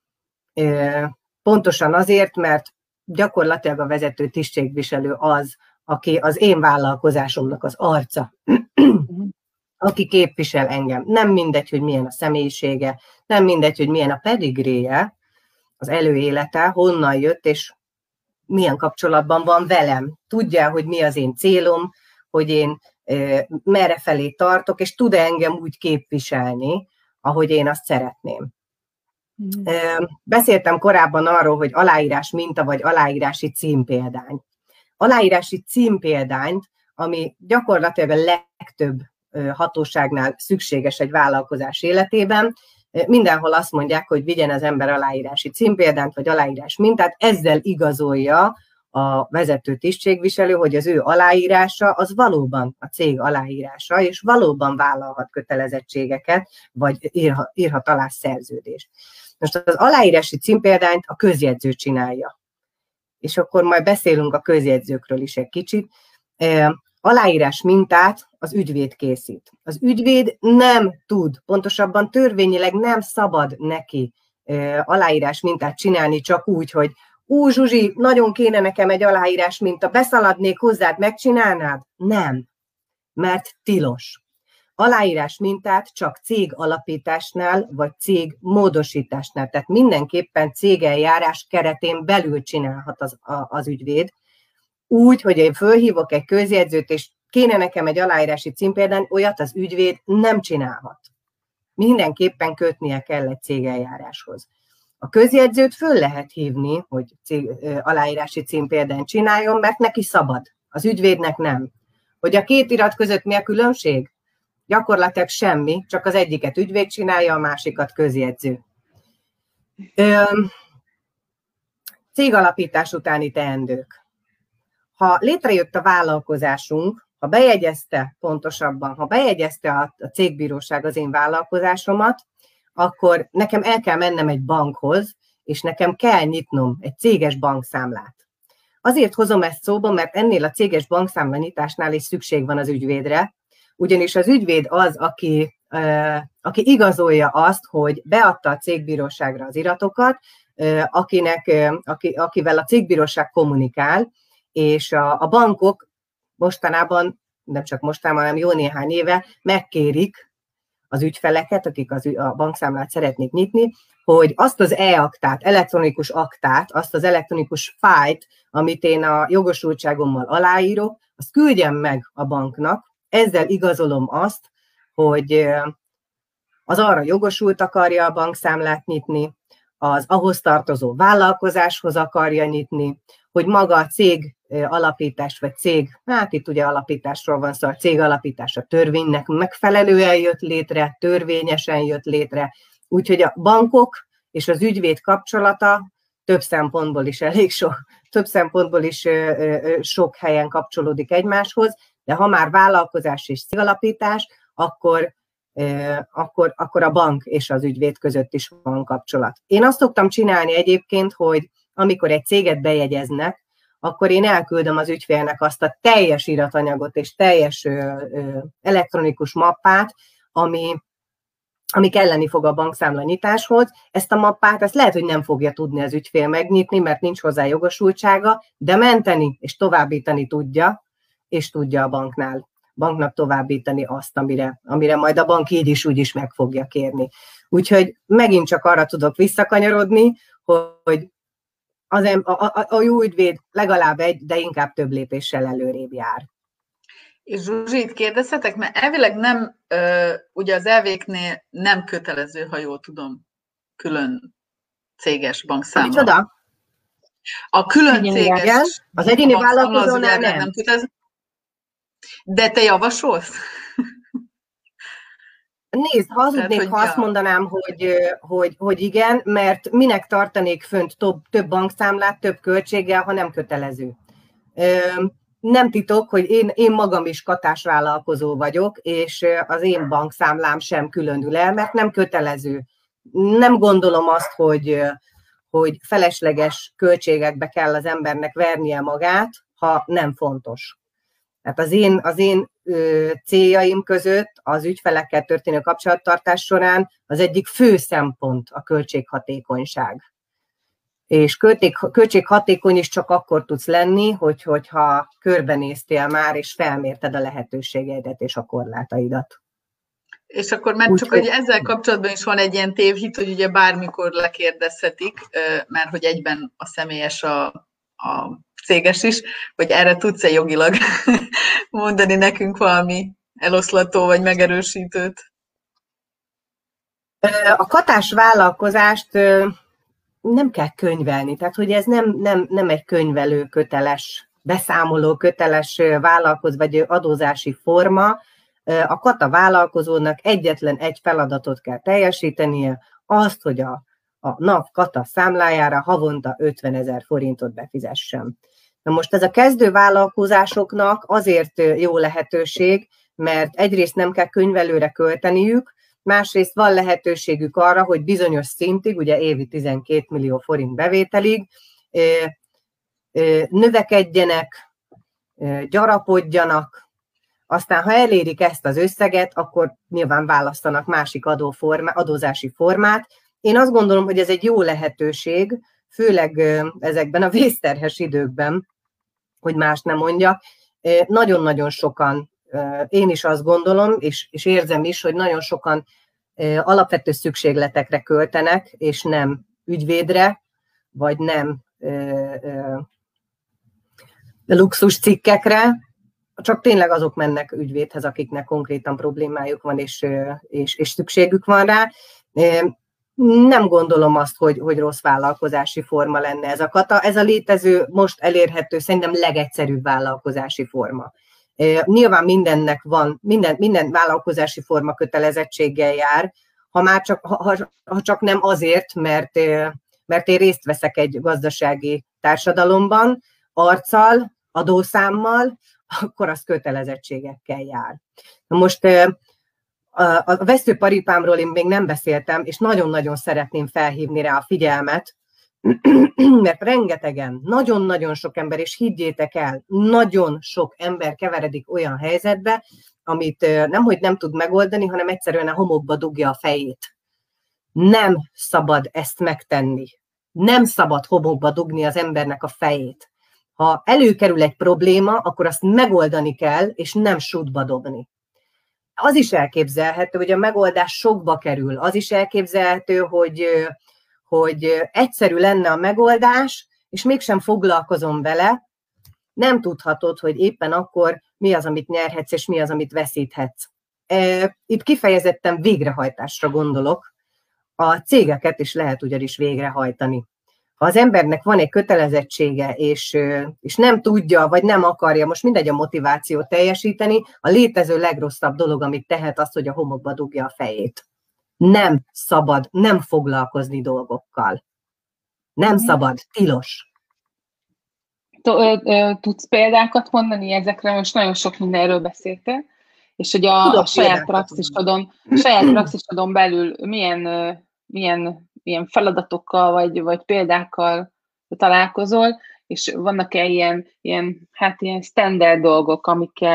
Pontosan azért, mert gyakorlatilag a vezető tisztségviselő az, aki az én vállalkozásomnak az arca, aki képvisel engem. Nem mindegy, hogy milyen a személyisége, nem mindegy, hogy milyen a pedigréje, az előélete, honnan jött, és milyen kapcsolatban van velem. Tudja, hogy mi az én célom, hogy én merre felé tartok, és tud engem úgy képviselni, ahogy én azt szeretném. Beszéltem korábban arról, hogy aláírás minta, vagy aláírási címpéldány. Aláírási címpéldányt, ami gyakorlatilag a legtöbb hatóságnál szükséges egy vállalkozás életében, mindenhol azt mondják, hogy vigyen az ember aláírási címpéldányt, vagy aláírás mintát, ezzel igazolja a vezető tisztségviselő, hogy az ő aláírása az valóban a cég aláírása, és valóban vállalhat kötelezettségeket, vagy írhat alá szerződést. Most az aláírási címpéldányt a közjegyző csinálja. És akkor majd beszélünk a közjegyzőkről is egy kicsit. Aláírás mintát az ügyvéd készít. Az ügyvéd nem tud, pontosabban törvényileg nem szabad neki aláírás mintát csinálni csak úgy, hogy Zsuzsi, nagyon kéne nekem egy aláírás minta, beszaladnék hozzád, megcsinálnád? Nem, mert tilos. Aláírás mintát csak cég alapításnál, vagy cég módosításnál, tehát mindenképpen cégeljárás keretén belül csinálhat az ügyvéd, úgy, hogy én fölhívok egy közjegyzőt, és kéne nekem egy aláírási címpéldány, olyat az ügyvéd nem csinálhat. Mindenképpen kötnie kell egy cégeljáráshoz. A közjegyzőt föl lehet hívni, hogy aláírási címpéldányt csináljon, mert neki szabad, az ügyvédnek nem. Hogy a két irat között mi a különbség? Gyakorlatilag semmi, csak az egyiket ügyvéd csinálja, a másikat közjegyző. Cégalapítás utáni teendők. Ha létrejött a vállalkozásunk, ha bejegyezte a cégbíróság az én vállalkozásomat, akkor nekem el kell mennem egy bankhoz, és nekem kell nyitnom egy céges bankszámlát. Azért hozom ezt szóba, mert ennél a céges bankszámla nyitásnál is szükség van az ügyvédre, ugyanis az ügyvéd az, aki igazolja azt, hogy beadta a cégbíróságra az iratokat, akivel a cégbíróság kommunikál, és a bankok mostanában, nem csak mostanában, hanem jó néhány éve megkérik az ügyfeleket, akik a bankszámlát szeretnék nyitni, hogy azt az e-aktát, elektronikus aktát, azt az elektronikus fájlt, amit én a jogosultságommal aláírok, azt küldjem meg a banknak, ezzel igazolom azt, hogy az arra jogosult akarja a bankszámlát nyitni, az ahhoz tartozó vállalkozáshoz akarja nyitni, hogy maga a cég alapítás, vagy itt ugye alapításról van szó, a cég alapítása törvénynek megfelelően jött létre, törvényesen jött létre, úgyhogy a bankok és az ügyvéd kapcsolata több szempontból is sok helyen kapcsolódik egymáshoz, de ha már vállalkozás és cégalapítás, akkor a bank és az ügyvéd között is van kapcsolat. Én azt szoktam csinálni egyébként, hogy amikor egy céget bejegyeznek, akkor én elküldöm az ügyfélnek azt a teljes iratanyagot és teljes elektronikus mappát, ami kelleni fog a bankszámla nyitáshoz. Ezt a mappát, ezt lehet, hogy nem fogja tudni az ügyfél megnyitni, mert nincs hozzá jogosultsága, de menteni és továbbítani tudja, és tudja a banknak továbbítani azt, amire majd a bank így is úgy is meg fogja kérni. Úgyhogy megint csak arra tudok visszakanyarodni, hogy a jó ügyvéd legalább egy, de inkább több lépéssel előrébb jár. És Zsuzsit kérdezhetek, mert elvileg nem, ugye az elvéknél nem kötelező, ha jól tudom, külön céges bankszámla. Micsoda? A külön céges az egyéni vállalkozónál nem kötelező. De te javasolsz? Nézd, hazudnék, ha azt mondanám, hogy igen, mert minek tartanék fönt több bankszámlát, több költséggel, ha nem kötelező. Nem titok, hogy én magam is katásvállalkozó vagyok, és az én bankszámlám sem különül el, mert nem kötelező. Nem gondolom azt, hogy felesleges költségekbe kell az embernek vernie magát, ha nem fontos. Tehát az én céljaim között az ügyfelekkel történő kapcsolattartás során az egyik fő szempont a költséghatékonyság. És költséghatékony is csak akkor tudsz lenni, hogyha körbenéztél már, és felmérted a lehetőségeidet és a korlátaidat. És akkor mert csak, hogy ezzel kapcsolatban is van egy ilyen tévhit, hogy ugye bármikor lekérdezhetik, mert hogy egyben a személyes a céges is, hogy erre tudsz-e jogilag mondani nekünk valami eloszlató vagy megerősítőt? A katás vállalkozást nem kell könyvelni, tehát hogy ez nem egy könyvelő köteles, beszámoló köteles vállalkozó vagy adózási forma. A kata vállalkozónak egyetlen egy feladatot kell teljesítenie, azt, hogy a NAV kata számlájára havonta 50 000 forintot befizessen. Na most ez a kezdő vállalkozásoknak azért jó lehetőség, mert egyrészt nem kell könyvelőre költeniük, másrészt van lehetőségük arra, hogy bizonyos szintig, ugye évi 12 millió forint bevételig növekedjenek, gyarapodjanak, aztán ha elérik ezt az összeget, akkor nyilván választanak másik adózási formát. Én azt gondolom, hogy ez egy jó lehetőség, főleg ezekben a vészterhes időkben, hogy más nem mondjak. Nagyon-nagyon sokan, én is azt gondolom, és érzem is, hogy nagyon sokan alapvető szükségletekre költenek, és nem ügyvédre, vagy nem luxus cikkekre, csak tényleg azok mennek ügyvédhez, akiknek konkrétan problémájuk van, és szükségük van rá. Nem gondolom azt, hogy rossz vállalkozási forma lenne ez a kata. Ez a létező, most elérhető, szerintem legegyszerűbb vállalkozási forma. Nyilván mindennek van, minden vállalkozási forma kötelezettséggel jár, ha csak nem azért, mert én részt veszek egy gazdasági társadalomban, arccal, adószámmal, akkor az kötelezettségekkel jár. Na most a veszőparipámról én még nem beszéltem, és nagyon-nagyon szeretném felhívni rá a figyelmet, mert rengetegen, nagyon-nagyon sok ember, és higgyétek el, nagyon sok ember keveredik olyan helyzetbe, amit nemhogy nem tud megoldani, hanem egyszerűen a homokba dugja a fejét. Nem szabad ezt megtenni. Nem szabad homokba dugni az embernek a fejét. Ha előkerül egy probléma, akkor azt megoldani kell, és nem sútba dobni. Az is elképzelhető, hogy a megoldás sokba kerül. Az is elképzelhető, hogy egyszerű lenne a megoldás, és mégsem foglalkozom vele, nem tudhatod, hogy éppen akkor mi az, amit nyerhetsz, és mi az, amit veszíthetsz. Itt kifejezetten végrehajtásra gondolok. A cégeket is lehet ugyanis végrehajtani. Ha az embernek van egy kötelezettsége, és nem tudja, vagy nem akarja, most mindegy a motivációt teljesíteni, a létező legrosszabb dolog, amit tehet, az, hogy a homokba dugja a fejét. Nem szabad nem foglalkozni dolgokkal. Nem szabad, tilos. Tudsz példákat mondani ezekre? Most nagyon sok mindenről beszéltél, és hogy a saját praxisodon belül milyen feladatokkal vagy példákkal találkozol, és vannak-e ilyen standard dolgok,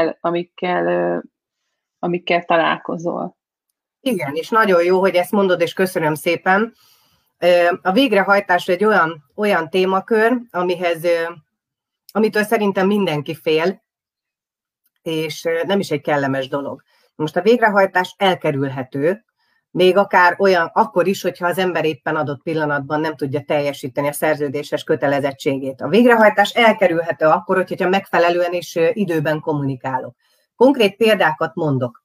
amikkel találkozol? Igen, és nagyon jó, hogy ezt mondod, és köszönöm szépen. A végrehajtás egy olyan témakör, amitől szerintem mindenki fél, és nem is egy kellemes dolog. Most a végrehajtás elkerülhető, még akár akkor is, hogyha az ember éppen adott pillanatban nem tudja teljesíteni a szerződéses kötelezettségét. A végrehajtás elkerülhető akkor, hogyha megfelelően és időben kommunikálok. Konkrét példákat mondok.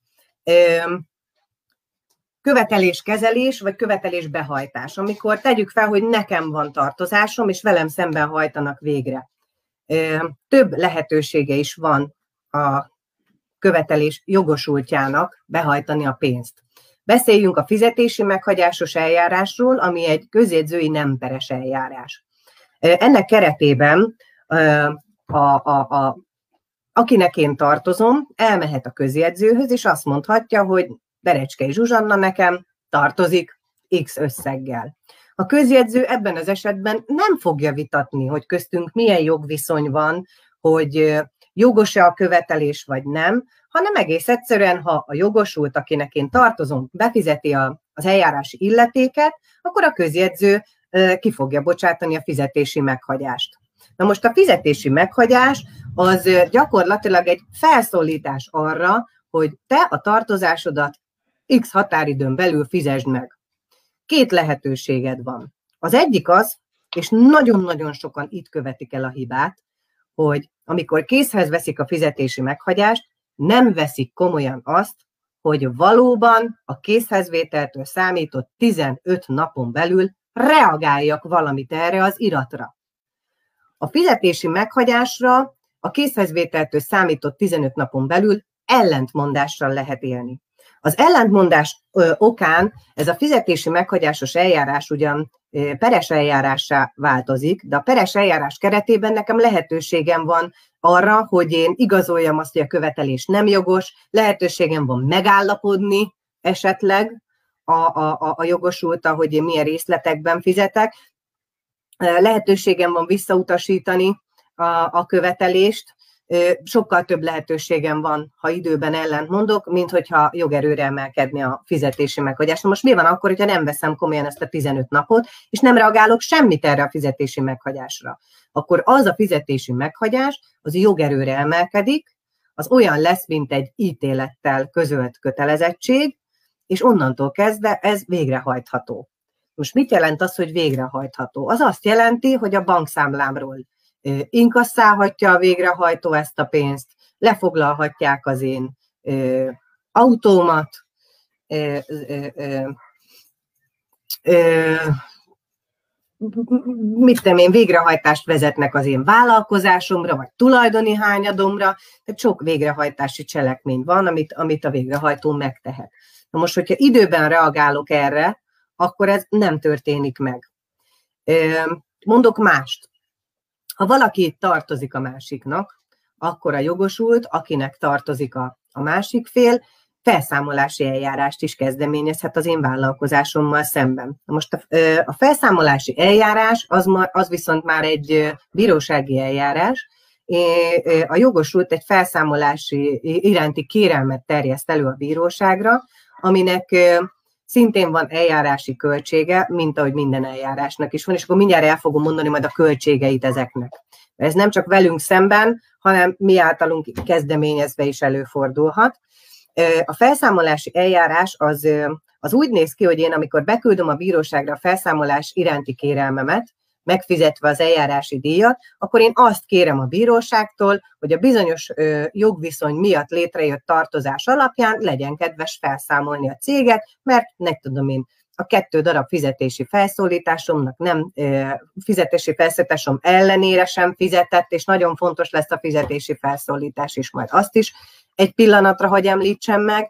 Követeléskezelés vagy követelésbehajtás, amikor tegyük fel, hogy nekem van tartozásom, és velem szemben hajtanak végre. Több lehetősége is van a követelés jogosultjának behajtani a pénzt. Beszéljünk a fizetési meghagyásos eljárásról, ami egy közjegyzői nem peres eljárás. Ennek keretében akinek én tartozom, elmehet a közjegyzőhöz, és azt mondhatja, hogy Berecskei Zsuzsanna nekem tartozik X összeggel. A közjegyző ebben az esetben nem fogja vitatni, hogy köztünk milyen jogviszony van, hogy jogos-e a követelés, vagy nem, hanem egész egyszerűen, ha a jogosult, akinek én tartozom, befizeti az eljárási illetéket, akkor a közjegyző ki fogja bocsátani a fizetési meghagyást. Na most a fizetési meghagyás az gyakorlatilag egy felszólítás arra, hogy te a tartozásodat X határidőn belül fizesd meg. Két lehetőséged van. Az egyik az, és nagyon-nagyon sokan itt követik el a hibát, hogy amikor készhez veszik a fizetési meghagyást, nem veszik komolyan azt, hogy valóban a készhezvételtől számított 15 napon belül reagáljak valamit erre az iratra. A fizetési meghagyásra a készhezvételtől számított 15 napon belül ellentmondással lehet élni. Az ellentmondás okán ez a fizetési meghagyásos eljárás ugyan peres eljárássá változik, de a peres eljárás keretében nekem lehetőségem van arra, hogy én igazoljam azt, hogy a követelés nem jogos, lehetőségem van megállapodni esetleg a jogosulttal, hogy én milyen részletekben fizetek, lehetőségem van visszautasítani a követelést, sokkal több lehetőségem van, ha időben ellentmondok, mint hogyha jogerőre emelkedni a fizetési meghagyás. Most mi van akkor, hogyha nem veszem komolyan ezt a 15 napot, és nem reagálok semmit erre a fizetési meghagyásra? Akkor az a fizetési meghagyás, az jogerőre emelkedik, az olyan lesz, mint egy ítélettel közölt kötelezettség, és onnantól kezdve ez végrehajtható. Most mit jelent az, hogy végrehajtható? Az azt jelenti, hogy a bankszámlámról inkasszálhatja a végrehajtó ezt a pénzt, lefoglalhatják az én autómat, mit tudom én, végrehajtást vezetnek az én vállalkozásomra, vagy tulajdoni hányadomra, tehát sok végrehajtási cselekmény van, amit a végrehajtó megtehet. Na most, hogyha időben reagálok erre, akkor ez nem történik meg. Mondok mást. Ha valaki tartozik a másiknak, akkor a jogosult, akinek tartozik a másik fél, felszámolási eljárást is kezdeményezhet az én vállalkozásommal szemben. Most a felszámolási eljárás az viszont már egy bírósági eljárás. A jogosult egy felszámolási iránti kérelmet terjeszt elő a bíróságra, aminek szintén van eljárási költsége, mint ahogy minden eljárásnak is van, és akkor mindjárt el fogom mondani majd a költségeit ezeknek. Ez nem csak velünk szemben, hanem mi általunk kezdeményezve is előfordulhat. A felszámolási eljárás az úgy néz ki, hogy én amikor beküldöm a bíróságra a felszámolás iránti kérelmemet, megfizetve az eljárási díjat, akkor én azt kérem a bíróságtól, hogy a bizonyos jogviszony miatt létrejött tartozás alapján legyen kedves felszámolni a céget, mert nem tudom én, a 2 darab fizetési felszólításomnak nem, fizetési felszólításom ellenére sem fizetett, és nagyon fontos lesz a fizetési felszólítás is, majd azt is egy pillanatra hagy említsem meg.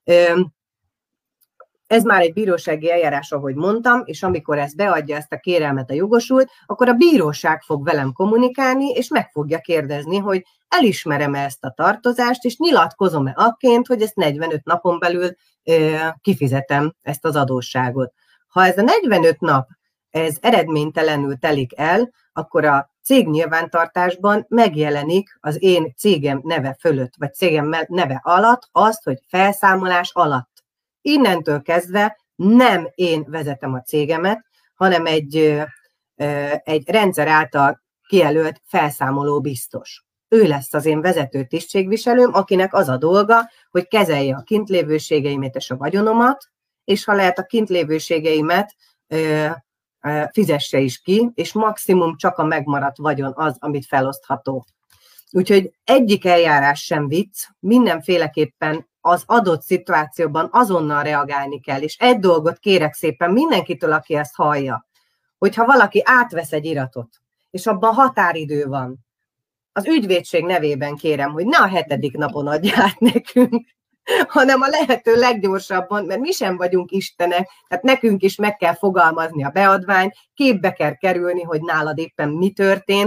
Ez már egy bírósági eljárás, ahogy mondtam, és amikor ezt beadja, ezt a kérelmet a jogosult, akkor a bíróság fog velem kommunikálni, és meg fogja kérdezni, hogy elismerem-e ezt a tartozást, és nyilatkozom-e akként, hogy ezt 45 napon belül kifizetem ezt az adósságot. Ha ez a 45 nap ez eredménytelenül telik el, akkor a cég nyilvántartásban megjelenik az én cégem neve fölött, vagy cégem neve alatt azt, hogy felszámolás alatt. Innentől kezdve nem én vezetem a cégemet, hanem egy rendszer által kijelölt felszámoló biztos. Ő lesz az én vezető tisztségviselőm, akinek az a dolga, hogy kezelje a kintlévőségeimet és a vagyonomat, és ha lehet a kintlévőségeimet fizesse is ki, és maximum csak a megmaradt vagyon az, amit felosztható. Úgyhogy egyik eljárás sem vicc, mindenféleképpen az adott szituációban azonnal reagálni kell, és egy dolgot kérek szépen mindenkitől, aki ezt hallja, hogyha valaki átvesz egy iratot, és abban határidő van, az ügyvédség nevében kérem, hogy ne a 7. napon adja át nekünk, hanem a lehető leggyorsabban, mert mi sem vagyunk istenek, tehát nekünk is meg kell fogalmazni a beadványt, képbe kell kerülni, hogy nálad éppen mi történt,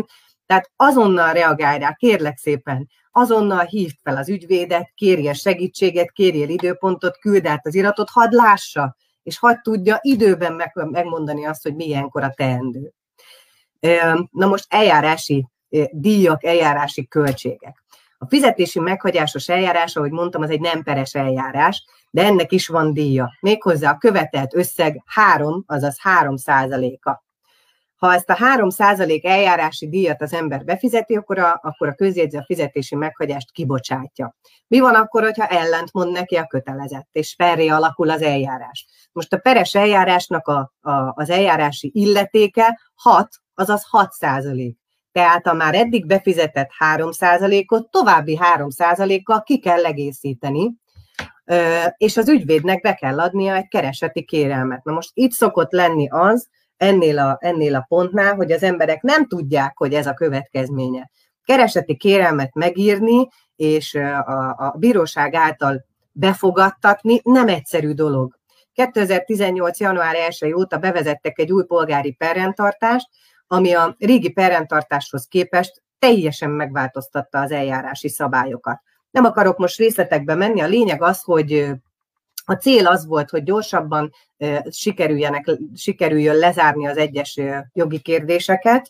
Tehát azonnal reagálj rá, kérlek szépen, azonnal hívd fel az ügyvédet, kérjél segítséget, kérjél időpontot, küld át az iratot, hadd lássa, és hadd tudja időben megmondani azt, hogy milyenkor a teendő. Na most eljárási díjak, eljárási költségek. A fizetési meghagyásos eljárás, ahogy mondtam, az egy nem peres eljárás, de ennek is van díja. Méghozzá a követelt összeg 3%-a. Ha ezt a 3% eljárási díjat az ember befizeti, akkor a közjegyző a fizetési meghagyást kibocsátja. Mi van akkor, hogyha ellentmond neki a kötelezett, és perré alakul az eljárás? Most a peres eljárásnak az eljárási illetéke 6, azaz 6%. Tehát a már eddig befizetett 3%-ot további 3%-kal ki kell egészíteni, és az ügyvédnek be kell adnia egy kereseti kérelmet. Na most itt szokott lenni az, ennél a pontnál, hogy az emberek nem tudják, hogy ez a következménye. Kereseti kérelmet megírni, és a bíróság által befogadtatni nem egyszerű dolog. 2018. január 1 óta bevezettek egy új polgári perrendtartást, ami a régi perrendtartáshoz képest teljesen megváltoztatta az eljárási szabályokat. Nem akarok most részletekbe menni, a lényeg az, hogy a cél az volt, hogy gyorsabban sikerüljön lezárni az egyes jogi kérdéseket,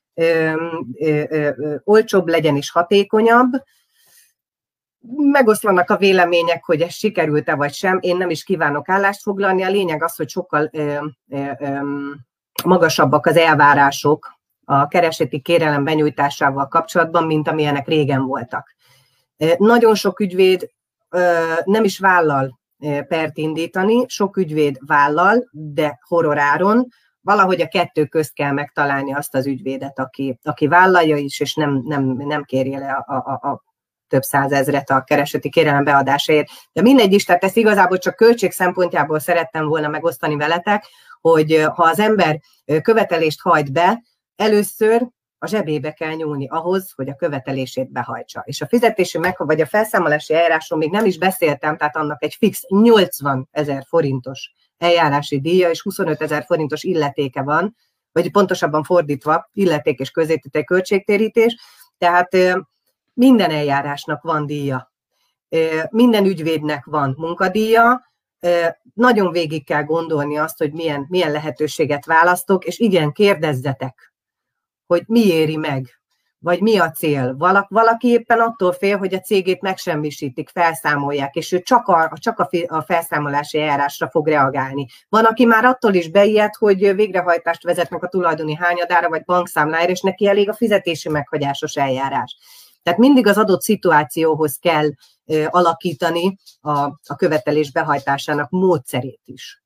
olcsóbb legyen és hatékonyabb. Megoszlanak a vélemények, hogy ez sikerült-e vagy sem, én nem is kívánok állást foglalni, a lényeg az, hogy sokkal magasabbak az elvárások a kereseti kérelem benyújtásával kapcsolatban, mint amilyenek régen voltak. Nagyon sok ügyvéd nem is vállal pert indítani, sok ügyvéd vállal, de horroráron, valahogy a kettő közt kell megtalálni azt az ügyvédet, aki vállalja is, és nem kérje le a több százezret a kereseti kérelem beadásáért. De mindegy is, tehát ezt igazából csak költség szempontjából szerettem volna megosztani veletek, hogy ha az ember követelést hajt be, először a zsebébe kell nyúlni ahhoz, hogy a követelését behajtsa. És a fizetési vagy a felszámolási eljárásról még nem is beszéltem, tehát annak egy fix 80 000 forintos eljárási díja és 25 000 forintos illetéke van, vagy pontosabban fordítva, illeték és közététel költségtérítés, tehát minden eljárásnak van díja, minden ügyvédnek van munkadíja, nagyon végig kell gondolni azt, hogy milyen lehetőséget választok, és igen, kérdezzetek, hogy mi éri meg, vagy mi a cél. Valaki éppen attól fél, hogy a cégét megsemmisítik, felszámolják, és ő csak a felszámolási eljárásra fog reagálni. Van, aki már attól is beijed, hogy végrehajtást vezetnek a tulajdoni hányadára, vagy bankszámlájára, és neki elég a fizetési meghagyásos eljárás. Tehát mindig az adott szituációhoz kell alakítani a követelés behajtásának módszerét is.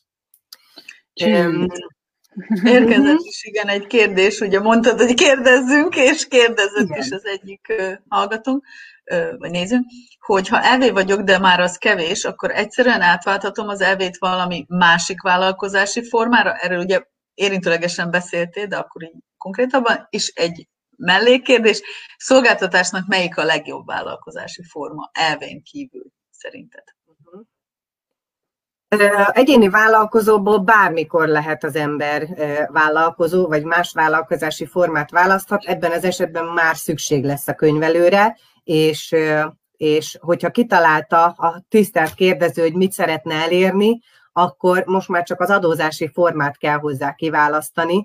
Érkezett is, igen, egy kérdés, ugye mondtad, hogy kérdezzünk, és kérdezett igen. Is az egyik hallgatónk, vagy nézőnk, hogy ha elvé vagyok, de már az kevés, akkor egyszerűen átválthatom az elvét valami másik vállalkozási formára? Erről ugye érintőlegesen beszéltél, de akkor így konkrétabban is egy mellékkérdés. Szolgáltatásnak melyik a legjobb vállalkozási forma elvén kívül szerinted? Egyéni vállalkozóból bármikor lehet az ember vállalkozó, vagy más vállalkozási formát választhat, ebben az esetben már szükség lesz a könyvelőre, és hogyha kitalálta a tisztelt kérdező, hogy mit szeretne elérni, akkor most már csak az adózási formát kell hozzá kiválasztani,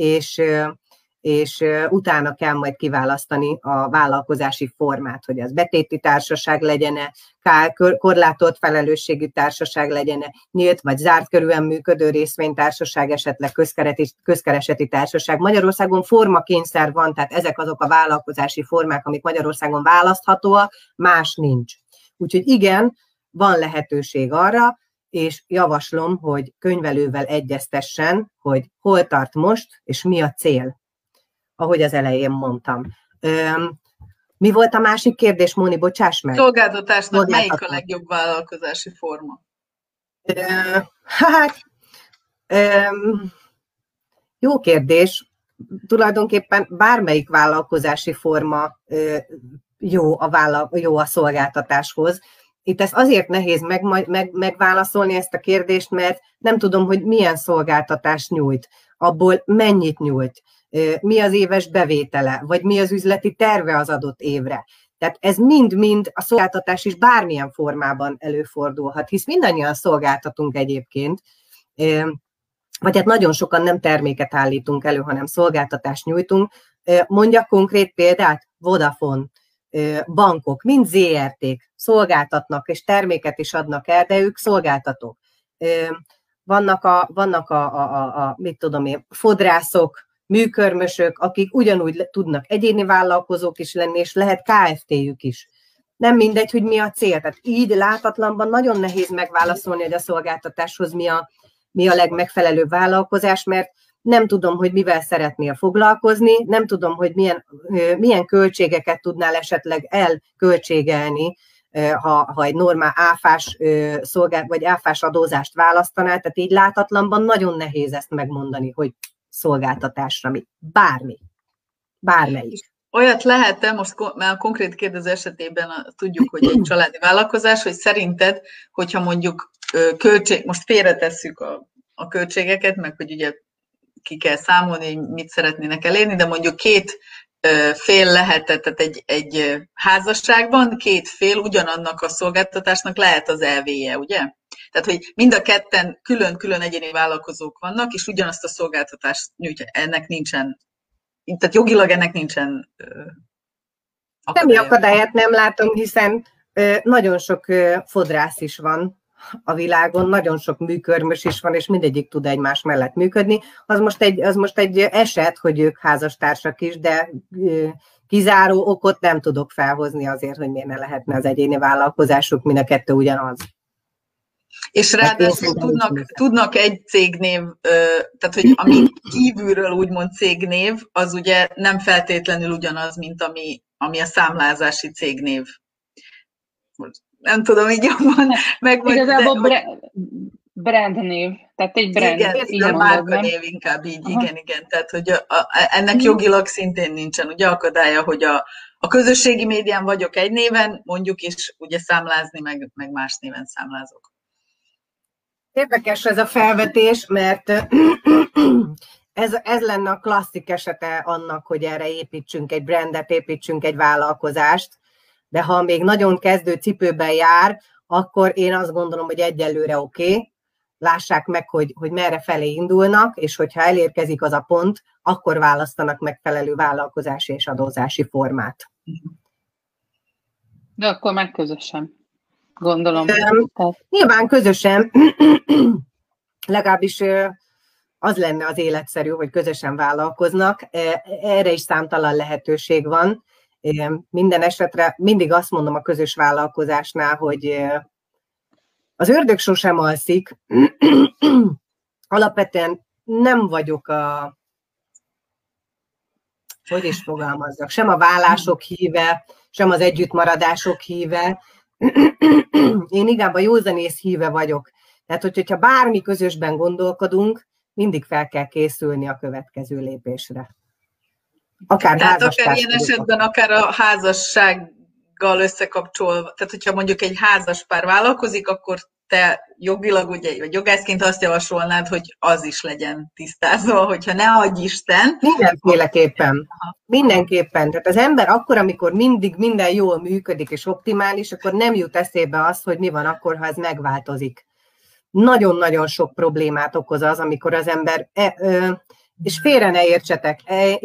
és utána kell majd kiválasztani a vállalkozási formát, hogy az betéti társaság legyen-e, korlátolt felelősségű társaság legyen-e, nyílt vagy zárt körűen működő részvénytársaság, esetleg közkereseti társaság. Magyarországon formakényszer van, tehát ezek azok a vállalkozási formák, amik Magyarországon választhatóak, más nincs. Úgyhogy igen, van lehetőség arra, és javaslom, hogy könyvelővel egyeztessen, hogy hol tart most, és mi a cél, ahogy az elején mondtam. Mi volt a másik kérdés, Móni, bocsáss meg? Szolgáltatásnak melyik a legjobb vállalkozási forma? Jó kérdés. Tulajdonképpen bármelyik vállalkozási forma jó a szolgáltatáshoz. Itt ez azért nehéz megválaszolni ezt a kérdést, mert nem tudom, hogy milyen szolgáltatást nyújt, abból mennyit nyújt. mi az éves bevétele, vagy mi az üzleti terve az adott évre. Tehát ez mind-mind a szolgáltatás is bármilyen formában előfordulhat, hisz mindannyian szolgáltatunk egyébként, vagy hát nagyon sokan nem terméket állítunk elő, hanem szolgáltatást nyújtunk. Mondjak konkrét példát, Vodafone, bankok, mind ZRT-k szolgáltatnak, és terméket is adnak el, de ők szolgáltatók. Vannak mit tudom én, fodrászok, műkörmösök, akik ugyanúgy tudnak egyéni vállalkozók is lenni, és lehet Kft-jük is. Nem mindegy, hogy mi a cél. Tehát így látatlanban nagyon nehéz megválaszolni, hogy a szolgáltatáshoz mi a legmegfelelőbb vállalkozás, mert nem tudom, hogy mivel szeretnél foglalkozni, nem tudom, hogy milyen költségeket tudnál esetleg elköltségelni, ha egy normál áfás vagy áfás adózást választanál, tehát így látatlanban nagyon nehéz ezt megmondani, hogy szolgáltatásra mi. Bármelyik. Olyat lehet-e, most már a konkrét kérdező esetében tudjuk, hogy egy családi vállalkozás, hogy szerinted, hogyha mondjuk most félretesszük a költségeket, meg hogy ugye ki kell számolni, hogy mit szeretnének elérni, de mondjuk két fél lehetett, tehát egy házasságban két fél ugyanannak a szolgáltatásnak lehet az elvéje, ugye? Tehát, hogy mind a ketten külön-külön egyéni vállalkozók vannak, és ugyanazt a szolgáltatást nyújtja. Ennek nincsen, tehát jogilag ennek nincsen akadálya. Semmi akadályát nem látom, hiszen nagyon sok fodrász is van a világon, nagyon sok műkörmös is van, és mindegyik tud egymás mellett működni. Az most egy eset, hogy ők házastársak is, de kizáró okot nem tudok felhozni azért, hogy miért ne lehetne az egyéni vállalkozásuk, mind a kettő ugyanaz. És ráadásul tudnak egy cégnév, tehát hogy ami kívülről úgymond cégnév, az ugye nem feltétlenül ugyanaz, mint ami a számlázási cégnév. Nem tudom így jobban megmondani. Igazából brandnév, tehát egy brand. Igen, márkanév inkább így, igen. Tehát, hogy ennek jogilag szintén nincsen ugye akadálya, hogy a közösségi médián vagyok egy néven, mondjuk, és ugye számlázni, meg más néven számlázok. Érdekes ez a felvetés, mert ez lenne a klasszik esete annak, hogy erre építsünk egy brandet, építsünk egy vállalkozást, de ha még nagyon kezdő cipőben jár, akkor én azt gondolom, hogy egyelőre oké, lássák meg, hogy merre felé indulnak, és hogyha elérkezik az a pont, akkor választanak megfelelő vállalkozási és adózási formát. De akkor meg közösen, gondolom. Nyilván közösen, legalábbis az lenne az életszerű, hogy közösen vállalkoznak. Erre is számtalan lehetőség van. Minden esetre mindig azt mondom a közös vállalkozásnál, hogy az ördög sosem alszik. Alapvetően nem vagyok hogy is fogalmazzak, sem a vállások híve, sem az együttmaradások híve. Én inkább a józanész híve vagyok. Tehát, hogyha bármi közösben gondolkodunk, mindig fel kell készülni a következő lépésre. Tehát akár ilyen esetben, akár a házassággal összekapcsolva, tehát hogyha mondjuk egy házas pár vállalkozik, akkor te jogilag, ugye, vagy jogászként azt javasolnád, hogy az is legyen tisztázva, hogyha ne adj Isten. Mindenféleképpen. Mindenképpen. Tehát az ember akkor, amikor mindig minden jól működik és optimális, akkor nem jut eszébe az, hogy mi van akkor, ha ez megváltozik. Nagyon-nagyon sok problémát okoz az, amikor az ember... És félre ne értsetek,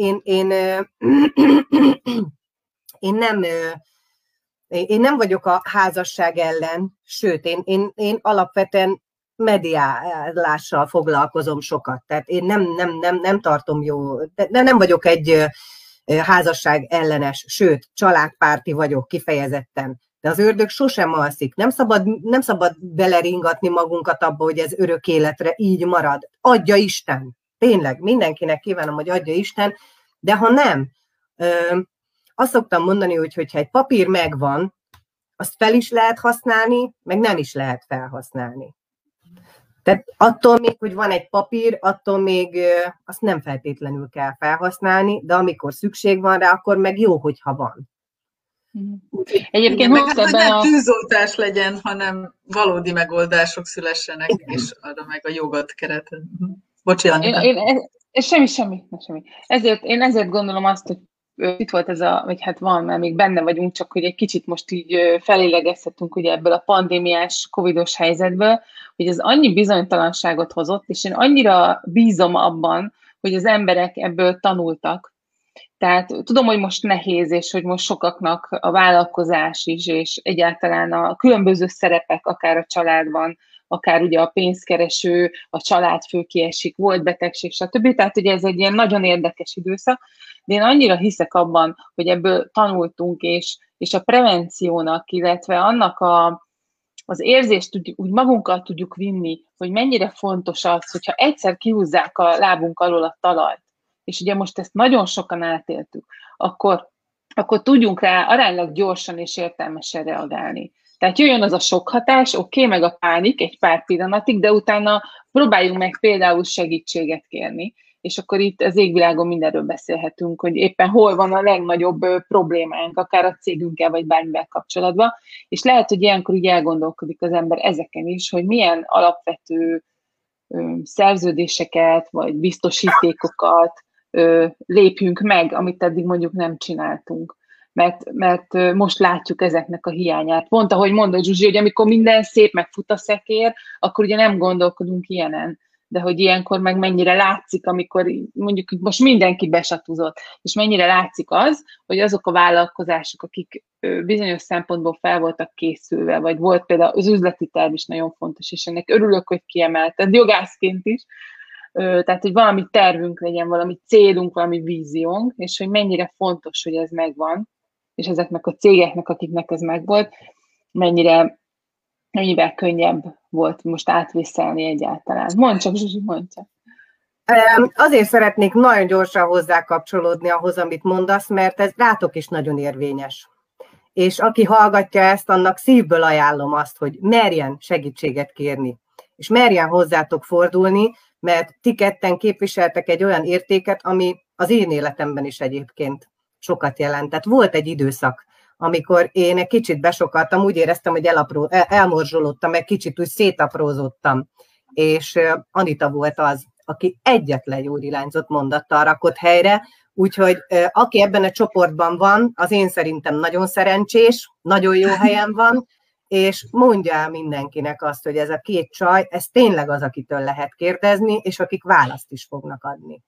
én nem vagyok a házasság ellen, sőt, én alapvetően mediálással foglalkozom sokat. Tehát én nem tartom jó, de nem vagyok egy házasság ellenes, sőt, családpárti vagyok kifejezetten. De az ördög sosem alszik. Nem szabad beleringatni magunkat abba, hogy ez örök életre így marad. Adja Isten. Tényleg, mindenkinek kívánom, hogy adja Isten, de ha nem, azt szoktam mondani, hogy ha egy papír megvan, azt fel is lehet használni, meg nem is lehet felhasználni. Tehát attól még, hogy van egy papír, attól még azt nem feltétlenül kell felhasználni, de amikor szükség van rá, akkor meg jó, hogyha van. Egyébként most ebben nem tűzoltás legyen, hanem valódi megoldások szülessenek, és arra meg a jogot keretet. Bocsi, Annika. Semmi. Ezért gondolom azt, hogy itt volt ez vagy hát van, mert még benne vagyunk, csak hogy egy kicsit most így felélegezhetünk ugye ebből a pandémiás, covidos helyzetből, hogy ez annyi bizonytalanságot hozott, és én annyira bízom abban, hogy az emberek ebből tanultak. Tehát tudom, hogy most nehéz, és hogy most sokaknak a vállalkozás is, és egyáltalán a különböző szerepek, akár a családban, akár ugye a pénzkereső, a családfő kiesik, volt betegség, stb. Tehát ugye ez egy ilyen nagyon érdekes időszak, de én annyira hiszek abban, hogy ebből tanultunk, és a prevenciónak, illetve annak az érzést úgy magunkkal tudjuk vinni, hogy mennyire fontos az, hogyha egyszer kihúzzák a lábunk alól a talajt, és ugye most ezt nagyon sokan átéltük, akkor tudjunk rá aránylag gyorsan és értelmesen reagálni. Tehát jöjjön az a sok hatás, oké, meg a pánik egy pár pillanatig, de utána próbáljunk meg például segítséget kérni, és akkor itt az égvilágon mindenről beszélhetünk, hogy éppen hol van a legnagyobb problémánk, akár a cégünkkel, vagy bármivel kapcsolatban, és lehet, hogy ilyenkor így elgondolkodik az ember ezeken is, hogy milyen alapvető szerződéseket, vagy biztosítékokat lépjünk meg, amit eddig mondjuk nem csináltunk. Mert most látjuk ezeknek a hiányát. Pont ahogy mondod, Zsuzsi, hogy amikor minden szép, meg fut a szekér, akkor ugye nem gondolkodunk ilyenen. De hogy ilyenkor meg mennyire látszik, amikor mondjuk most mindenki besatuzott, és mennyire látszik az, hogy azok a vállalkozások, akik bizonyos szempontból fel voltak készülve, vagy volt például az üzleti terv is nagyon fontos, és ennek örülök, hogy kiemelted, jogászként is, tehát, hogy valami tervünk legyen, valami célunk, valami víziónk, és hogy mennyire fontos, hogy ez megvan, és ezeknek a cégeknek, akiknek ez megvolt, mennyivel könnyebb volt most átvészelni egyáltalán. Mondd csak, Zsuzsi, mondd csak. Azért szeretnék nagyon gyorsan hozzá kapcsolódni ahhoz, amit mondasz, mert ez rátok is nagyon érvényes. És aki hallgatja ezt, annak szívből ajánlom azt, hogy merjen segítséget kérni, és merjen hozzátok fordulni, mert ti ketten képviseltek egy olyan értéket, ami az én életemben is egyébként sokat jelentett. Volt egy időszak, amikor én egy kicsit besokadtam, úgy éreztem, hogy elmorzsolódtam, meg kicsit úgy szétaprózódtam. És Anita volt az, aki egyetlen jó irányzott mondattal rakott helyre, úgyhogy aki ebben a csoportban van, az én szerintem nagyon szerencsés, nagyon jó helyen van, és mondja el mindenkinek azt, hogy ez a két csaj, ez tényleg az, akitől lehet kérdezni, és akik választ is fognak adni.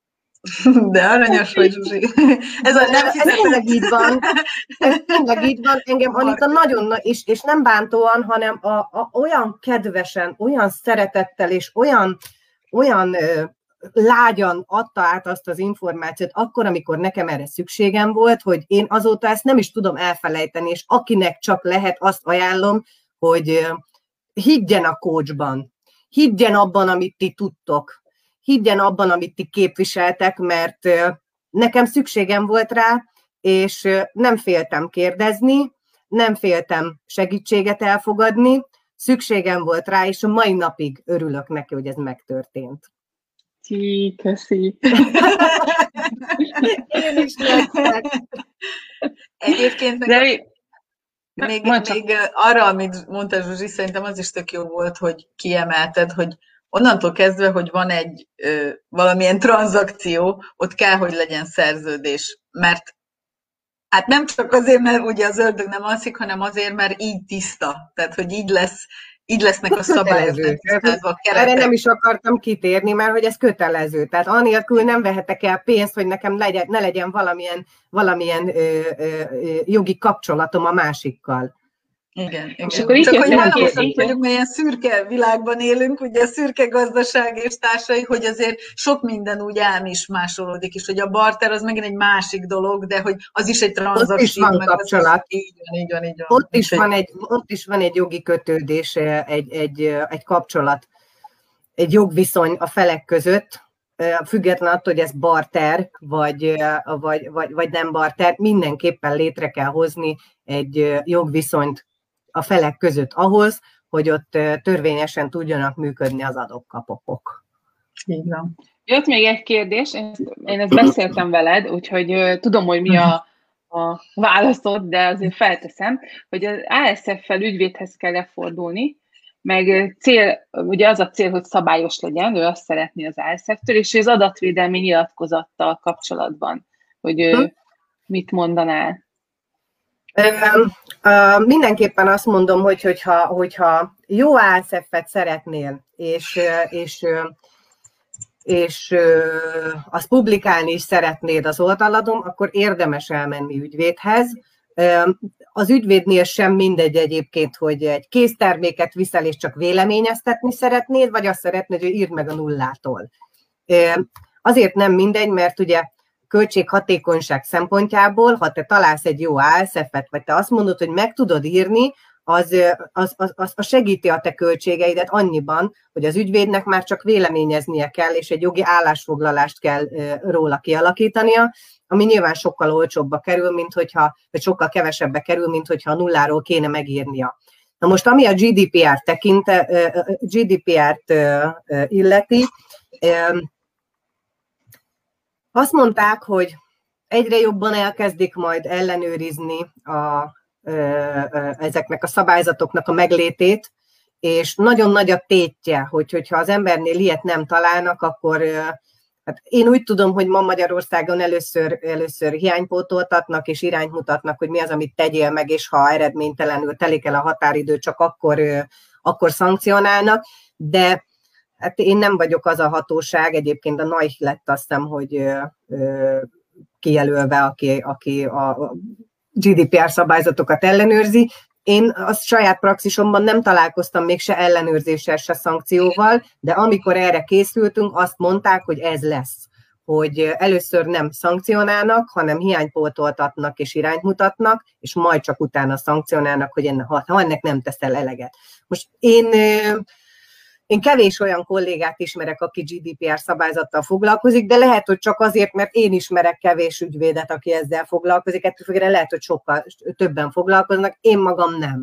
De aranyos vagy, Zsuzsi. Ez tényleg így van. Ez tényleg így van. Engem Anita nagyon, és nem bántóan, hanem olyan kedvesen, olyan szeretettel, és olyan lágyan adta át azt az információt, akkor, amikor nekem erre szükségem volt, hogy én azóta ezt nem is tudom elfelejteni, és akinek csak lehet, azt ajánlom, hogy higgyen a coachban, higgyen abban, amit ti tudtok, higgyen abban, amit ti képviseltek, mert nekem szükségem volt rá, és nem féltem kérdezni, nem féltem segítséget elfogadni, szükségem volt rá, és a mai napig örülök neki, hogy ez megtörtént. Köszi. Én is lettek. Egyébként még arra, amit mondta Zsuzsi, szerintem az is tök jó volt, hogy kiemelted, hogy onnantól kezdve, hogy van egy valamilyen tranzakció, ott kell, hogy legyen szerződés. Mert hát nem csak azért, mert ugye az ördög nem alszik, hanem azért, mert így tiszta. Tehát, hogy így lesznek a szabályok. Erre nem is akartam kitérni, mert hogy ez kötelező. Tehát anélkül nem vehetek el pénzt, hogy nekem ne legyen valamilyen jogi kapcsolatom a másikkal. Igen. Csak hogy államosak vagyunk, mert ilyen szürke világban élünk, ugye a szürke gazdaság és társai, hogy azért sok minden úgy elmismásolódik, és hogy a barter az megint egy másik dolog, de hogy az is egy tranzakció. Ott is van kapcsolat. Így van. Ott is van egy jogi kötődés, egy kapcsolat, egy jogviszony a felek között, független attól, hogy ez barter, vagy nem barter, mindenképpen létre kell hozni egy jogviszonyt a felek között ahhoz, hogy ott törvényesen tudjanak működni az adok-kapokok. Így van. Jött még egy kérdés, én ezt beszéltem veled, úgyhogy tudom, hogy mi a válaszod, de azért felteszem, hogy az ASF-fel ügyvédhez kell lefordulni, meg ugye az a cél, hogy szabályos legyen, ő azt szeretné az ASF-től, és az adatvédelmi nyilatkozattal kapcsolatban, hogy mit mondanál? Mindenképpen azt mondom, hogyha jó ASF-et szeretnél, és azt publikálni is szeretnéd az oldaladon, akkor érdemes elmenni ügyvédhez. Az ügyvédnél sem mindegy egyébként, hogy egy készterméket viszel, és csak véleményeztetni szeretnéd, vagy azt szeretnéd, hogy írd meg a nullától. Azért nem mindegy, mert ugye költséghatékonyság szempontjából, ha te találsz egy jó ASF-et, vagy te azt mondod, hogy meg tudod írni, az segíti a te költségeidet annyiban, hogy az ügyvédnek már csak véleményeznie kell, és egy jogi állásfoglalást kell róla kialakítania, ami nyilván sokkal olcsóbba kerül, vagy sokkal kevesebbe kerül, mint hogyha a nulláról kéne megírnia. Na most, ami a GDPR-t illeti, azt mondták, hogy egyre jobban elkezdik majd ellenőrizni ezeknek a szabályzatoknak a meglétét, és nagyon nagy a tétje, hogyha az embernél ilyet nem találnak, akkor hát én úgy tudom, hogy ma Magyarországon először hiánypótoltatnak és irányt mutatnak, hogy mi az, amit tegyél meg, és ha eredménytelenül telik el a határidő, csak akkor szankcionálnak, de hát én nem vagyok az a hatóság, egyébként a NAI lett, azt hiszem, hogy kijelölve, aki a GDPR szabályzatokat ellenőrzi. Én azt saját praxisomban nem találkoztam még se ellenőrzéssel, se szankcióval, de amikor erre készültünk, azt mondták, hogy ez lesz, hogy először nem szankcionálnak, hanem hiánypótoltatnak és irányt mutatnak, és majd csak utána szankcionálnak, hogy ha ennek nem teszel eleget. Most én kevés olyan kollégát ismerek, aki GDPR szabályzattal foglalkozik, de lehet, hogy csak azért, mert én ismerek kevés ügyvédet, aki ezzel foglalkozik, ettől függően lehet, hogy sokkal többen foglalkoznak, én magam nem.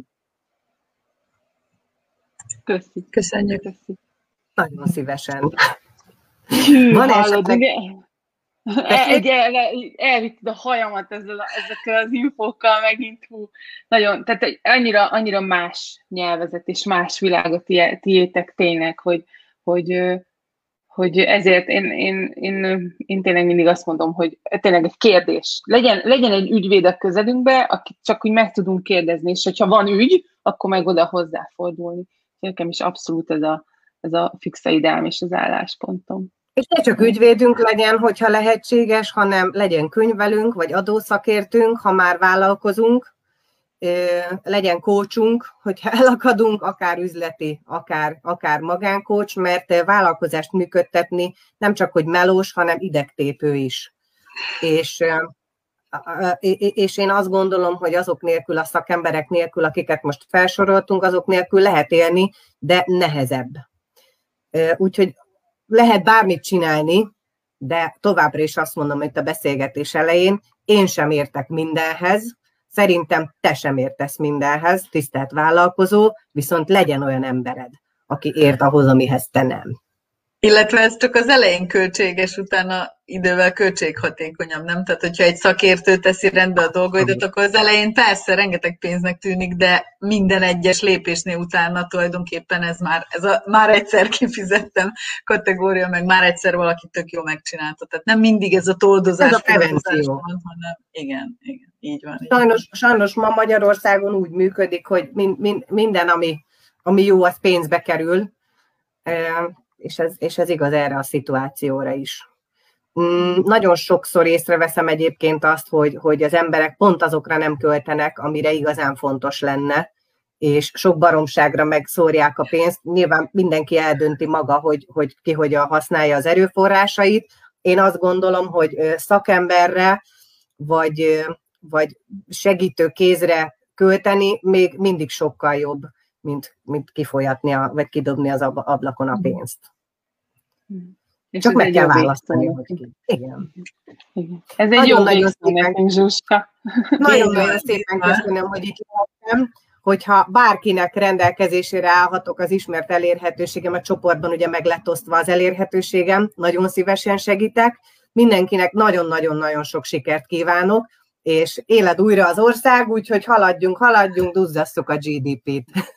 Köszönjük. Nagyon szívesen. Van esetleg... Elvitted a hajamat ezekkel az infókkal megint. Nagyon, tehát annyira más nyelvezet és más világot tiétek tényleg, hogy ezért én tényleg mindig azt mondom, hogy tényleg egy kérdés. Legyen egy ügyvéd a közelünkbe, akit csak úgy meg tudunk kérdezni, és hogyha van ügy, akkor meg oda hozzáfordulni. Nekem is abszolút ez a fixa ideám és az álláspontom. És ne csak ügyvédünk legyen, hogyha lehetséges, hanem legyen könyvelünk, vagy adószakértőnk, ha már vállalkozunk, legyen coachunk, hogyha elakadunk, akár üzleti, akár magánkócs, mert vállalkozást működtetni nem csak, hogy melós, hanem idegtépő is. És én azt gondolom, hogy azok nélkül, a szakemberek nélkül, akiket most felsoroltunk, azok nélkül lehet élni, de nehezebb. Úgyhogy lehet bármit csinálni, de továbbra is azt mondom, hogy a beszélgetés elején én sem értek mindenhez, szerintem te sem értesz mindenhez, tisztelt vállalkozó, viszont legyen olyan embered, aki ért ahhoz, amihez te nem. Illetve ez csak az elején költséges, utána idővel költséghatékonyabb, nem? Tehát, hogyha egy szakértő teszi rendbe a dolgaidat, akkor az elején persze rengeteg pénznek tűnik, de minden egyes lépésnél utána tulajdonképpen ez már egyszer kifizettem kategória, meg már egyszer valaki tök jól megcsinálta. Tehát nem mindig ez a toldozás. Ez a prevenció. Hanem igen, így van. Sajnos ma Magyarországon úgy működik, hogy minden, ami jó, az pénzbe kerül, és ez igaz erre a szituációra is. Nagyon sokszor észreveszem egyébként azt, hogy az emberek pont azokra nem költenek, amire igazán fontos lenne, és sok baromságra megszórják a pénzt. Nyilván mindenki eldönti maga, hogy ki hogyan használja az erőforrásait. Én azt gondolom, hogy szakemberre vagy segítő kézre költeni még mindig sokkal jobb, mint kifolyatni, vagy kidobni az ablakon a pénzt. És csak meg kell választani. Igen. Ez egy jó végszónak, Zsuska. Nagyon-nagyon szépen köszönöm, hogy itt lehettem. Hogyha bárkinek rendelkezésére állhatok az ismert elérhetőségem, a csoportban ugye meg lett osztva az elérhetőségem, nagyon szívesen segítek. Mindenkinek nagyon-nagyon-nagyon sok sikert kívánok, és éled újra az ország, úgyhogy haladjunk, duzzasszuk a GDP-t.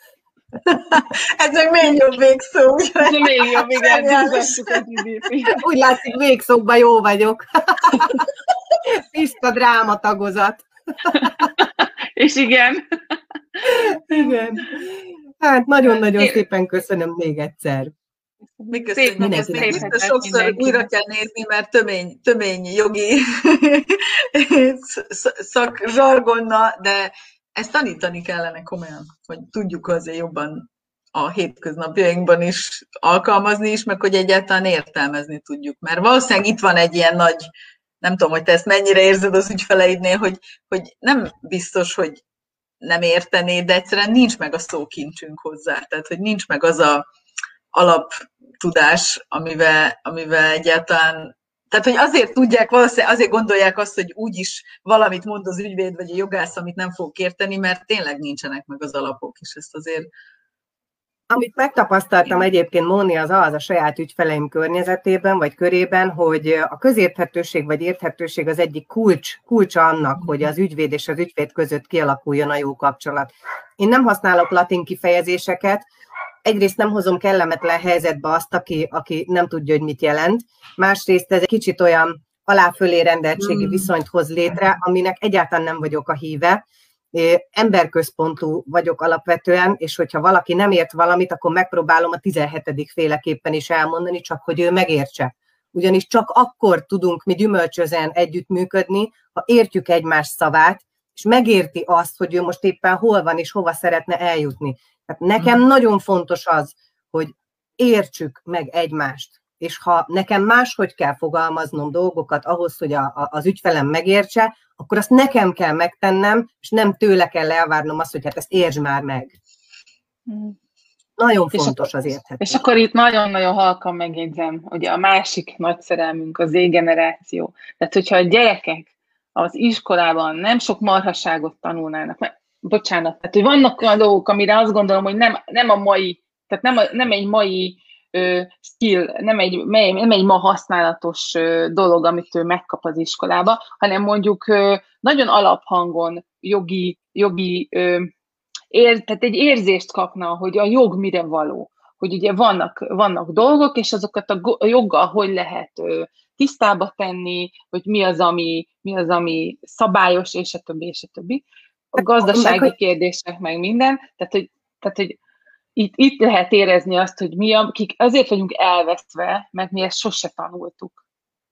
Ez még még jobb végszó. Ez még jobb, igen, dúzassuk az idét. Úgy látszik, végszókban jó vagyok. Tiszta drámatagozat. És igen. Igen. Hát nagyon-nagyon szépen köszönöm még egyszer. Mi köszönjük, ezt még biztos sokszor újra kell nézni, mert tömény jogi szakzsargonna, de ezt tanítani kellene komolyan, hogy tudjuk azért jobban a hétköznapjainkban is alkalmazni is, meg hogy egyáltalán értelmezni tudjuk. Mert valószínűleg itt van egy ilyen nagy, nem tudom, hogy te ezt mennyire érzed az ügyfeleidnél, hogy nem biztos, hogy nem értenéd, de egyszerűen nincs meg a szókincsünk hozzá. Tehát, hogy nincs meg az a alaptudás, amivel egyáltalán, tehát, hogy azért tudják, valószínűleg azért gondolják azt, hogy úgyis valamit mond az ügyvéd, vagy a jogász, amit nem fogok érteni, mert tényleg nincsenek meg az alapok, és ezt azért... Amit megtapasztaltam egyébként, Móni, az a saját ügyfeleim környezetében, vagy körében, hogy a közérthetőség vagy érthetőség az egyik kulcsa annak, hogy az ügyvéd és az ügyvéd között kialakuljon a jó kapcsolat. Én nem használok latin kifejezéseket, egyrészt nem hozom kellemetlen helyzetbe azt, aki nem tudja, hogy mit jelent, másrészt ez egy kicsit olyan alá-fölé rendeltségi viszonyt hoz létre, aminek egyáltalán nem vagyok a híve. Emberközpontú vagyok alapvetően, és hogyha valaki nem ért valamit, akkor megpróbálom a 17. féleképpen is elmondani, csak hogy ő megértse. Ugyanis csak akkor tudunk mi gyümölcsözen együttműködni, ha értjük egymás szavát, és megérti azt, hogy ő most éppen hol van, és hova szeretne eljutni. Tehát nekem nagyon fontos az, hogy értsük meg egymást. És ha nekem máshogy kell fogalmaznom dolgokat ahhoz, hogy az ügyfelem megértse, akkor azt nekem kell megtennem, és nem tőle kell elvárnom azt, hogy hát ezt értsd már meg. Nagyon fontos az érthető. És akkor itt nagyon-nagyon halkan megjegyzem, hogy a másik nagy szerelmünk a Z-generáció. Tehát, hogyha a gyerekek az iskolában nem sok marhaságot tanulnának, bocsánat, tehát, hogy vannak olyan dolgok, amire azt gondolom, hogy nem a mai, tehát nem egy mai skill, nem egy ma használatos dolog, amit ő megkap az iskolába, hanem mondjuk nagyon alaphangon jogi tehát egy érzést kapna, hogy a jog mire való. Hogy ugye vannak dolgok, és azokat a joggal hogy lehet tisztába tenni, hogy mi az, ami szabályos, és a többi, és a többi. A gazdasági kérdések, meg minden. Tehát, hogy itt lehet érezni azt, hogy kik azért vagyunk elvesztve, mert mi ezt sose tanultuk.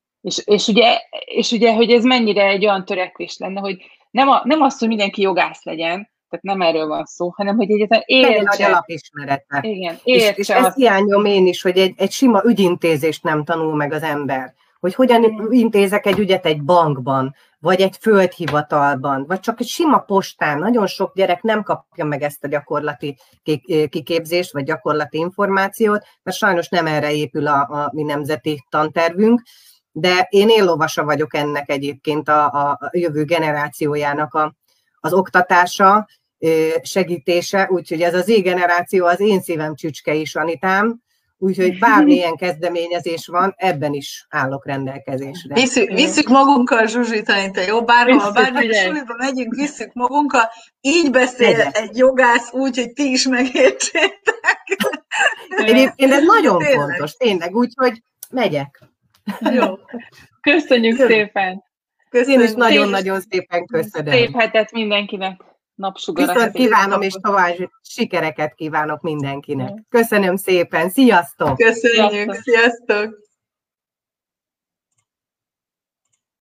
És ugye, hogy ez mennyire egy olyan törekvés lenne, hogy nem az, hogy mindenki jogász legyen, tehát nem erről van szó, hanem hogy egyáltalán értse. Nagy alapismerete. Igen, értse. És ezt hiányom én is, hogy egy sima ügyintézést nem tanul meg az ember. Hogy hogyan intézek egy ügyet egy bankban, vagy egy földhivatalban, vagy csak egy sima postán. Nagyon sok gyerek nem kapja meg ezt a gyakorlati kiképzést, vagy gyakorlati információt, mert sajnos nem erre épül a mi nemzeti tantervünk, de én éllovasa vagyok ennek egyébként a jövő generációjának az oktatása, segítése, úgyhogy ez az Z-generáció az én szívem csücske is, Anitám, úgyhogy bármilyen kezdeményezés van, ebben is állok rendelkezésre. Visszük magunkkal, Zsuzsit, Anita, jó? Bármilyen suliba megyünk, visszük magunkkal, így beszél egy jogász úgy, hogy ti is megértsétek. Egyébként ez nagyon fontos, tényleg, úgyhogy megyek. Jó. Köszönjük szépen! Én is nagyon-nagyon szépen köszönöm. Szép hetet mindenkinek, napsugarat. Viszont kívánom, és tovább sikereket kívánok mindenkinek. Köszönöm szépen, sziasztok! Köszönjük, sziasztok!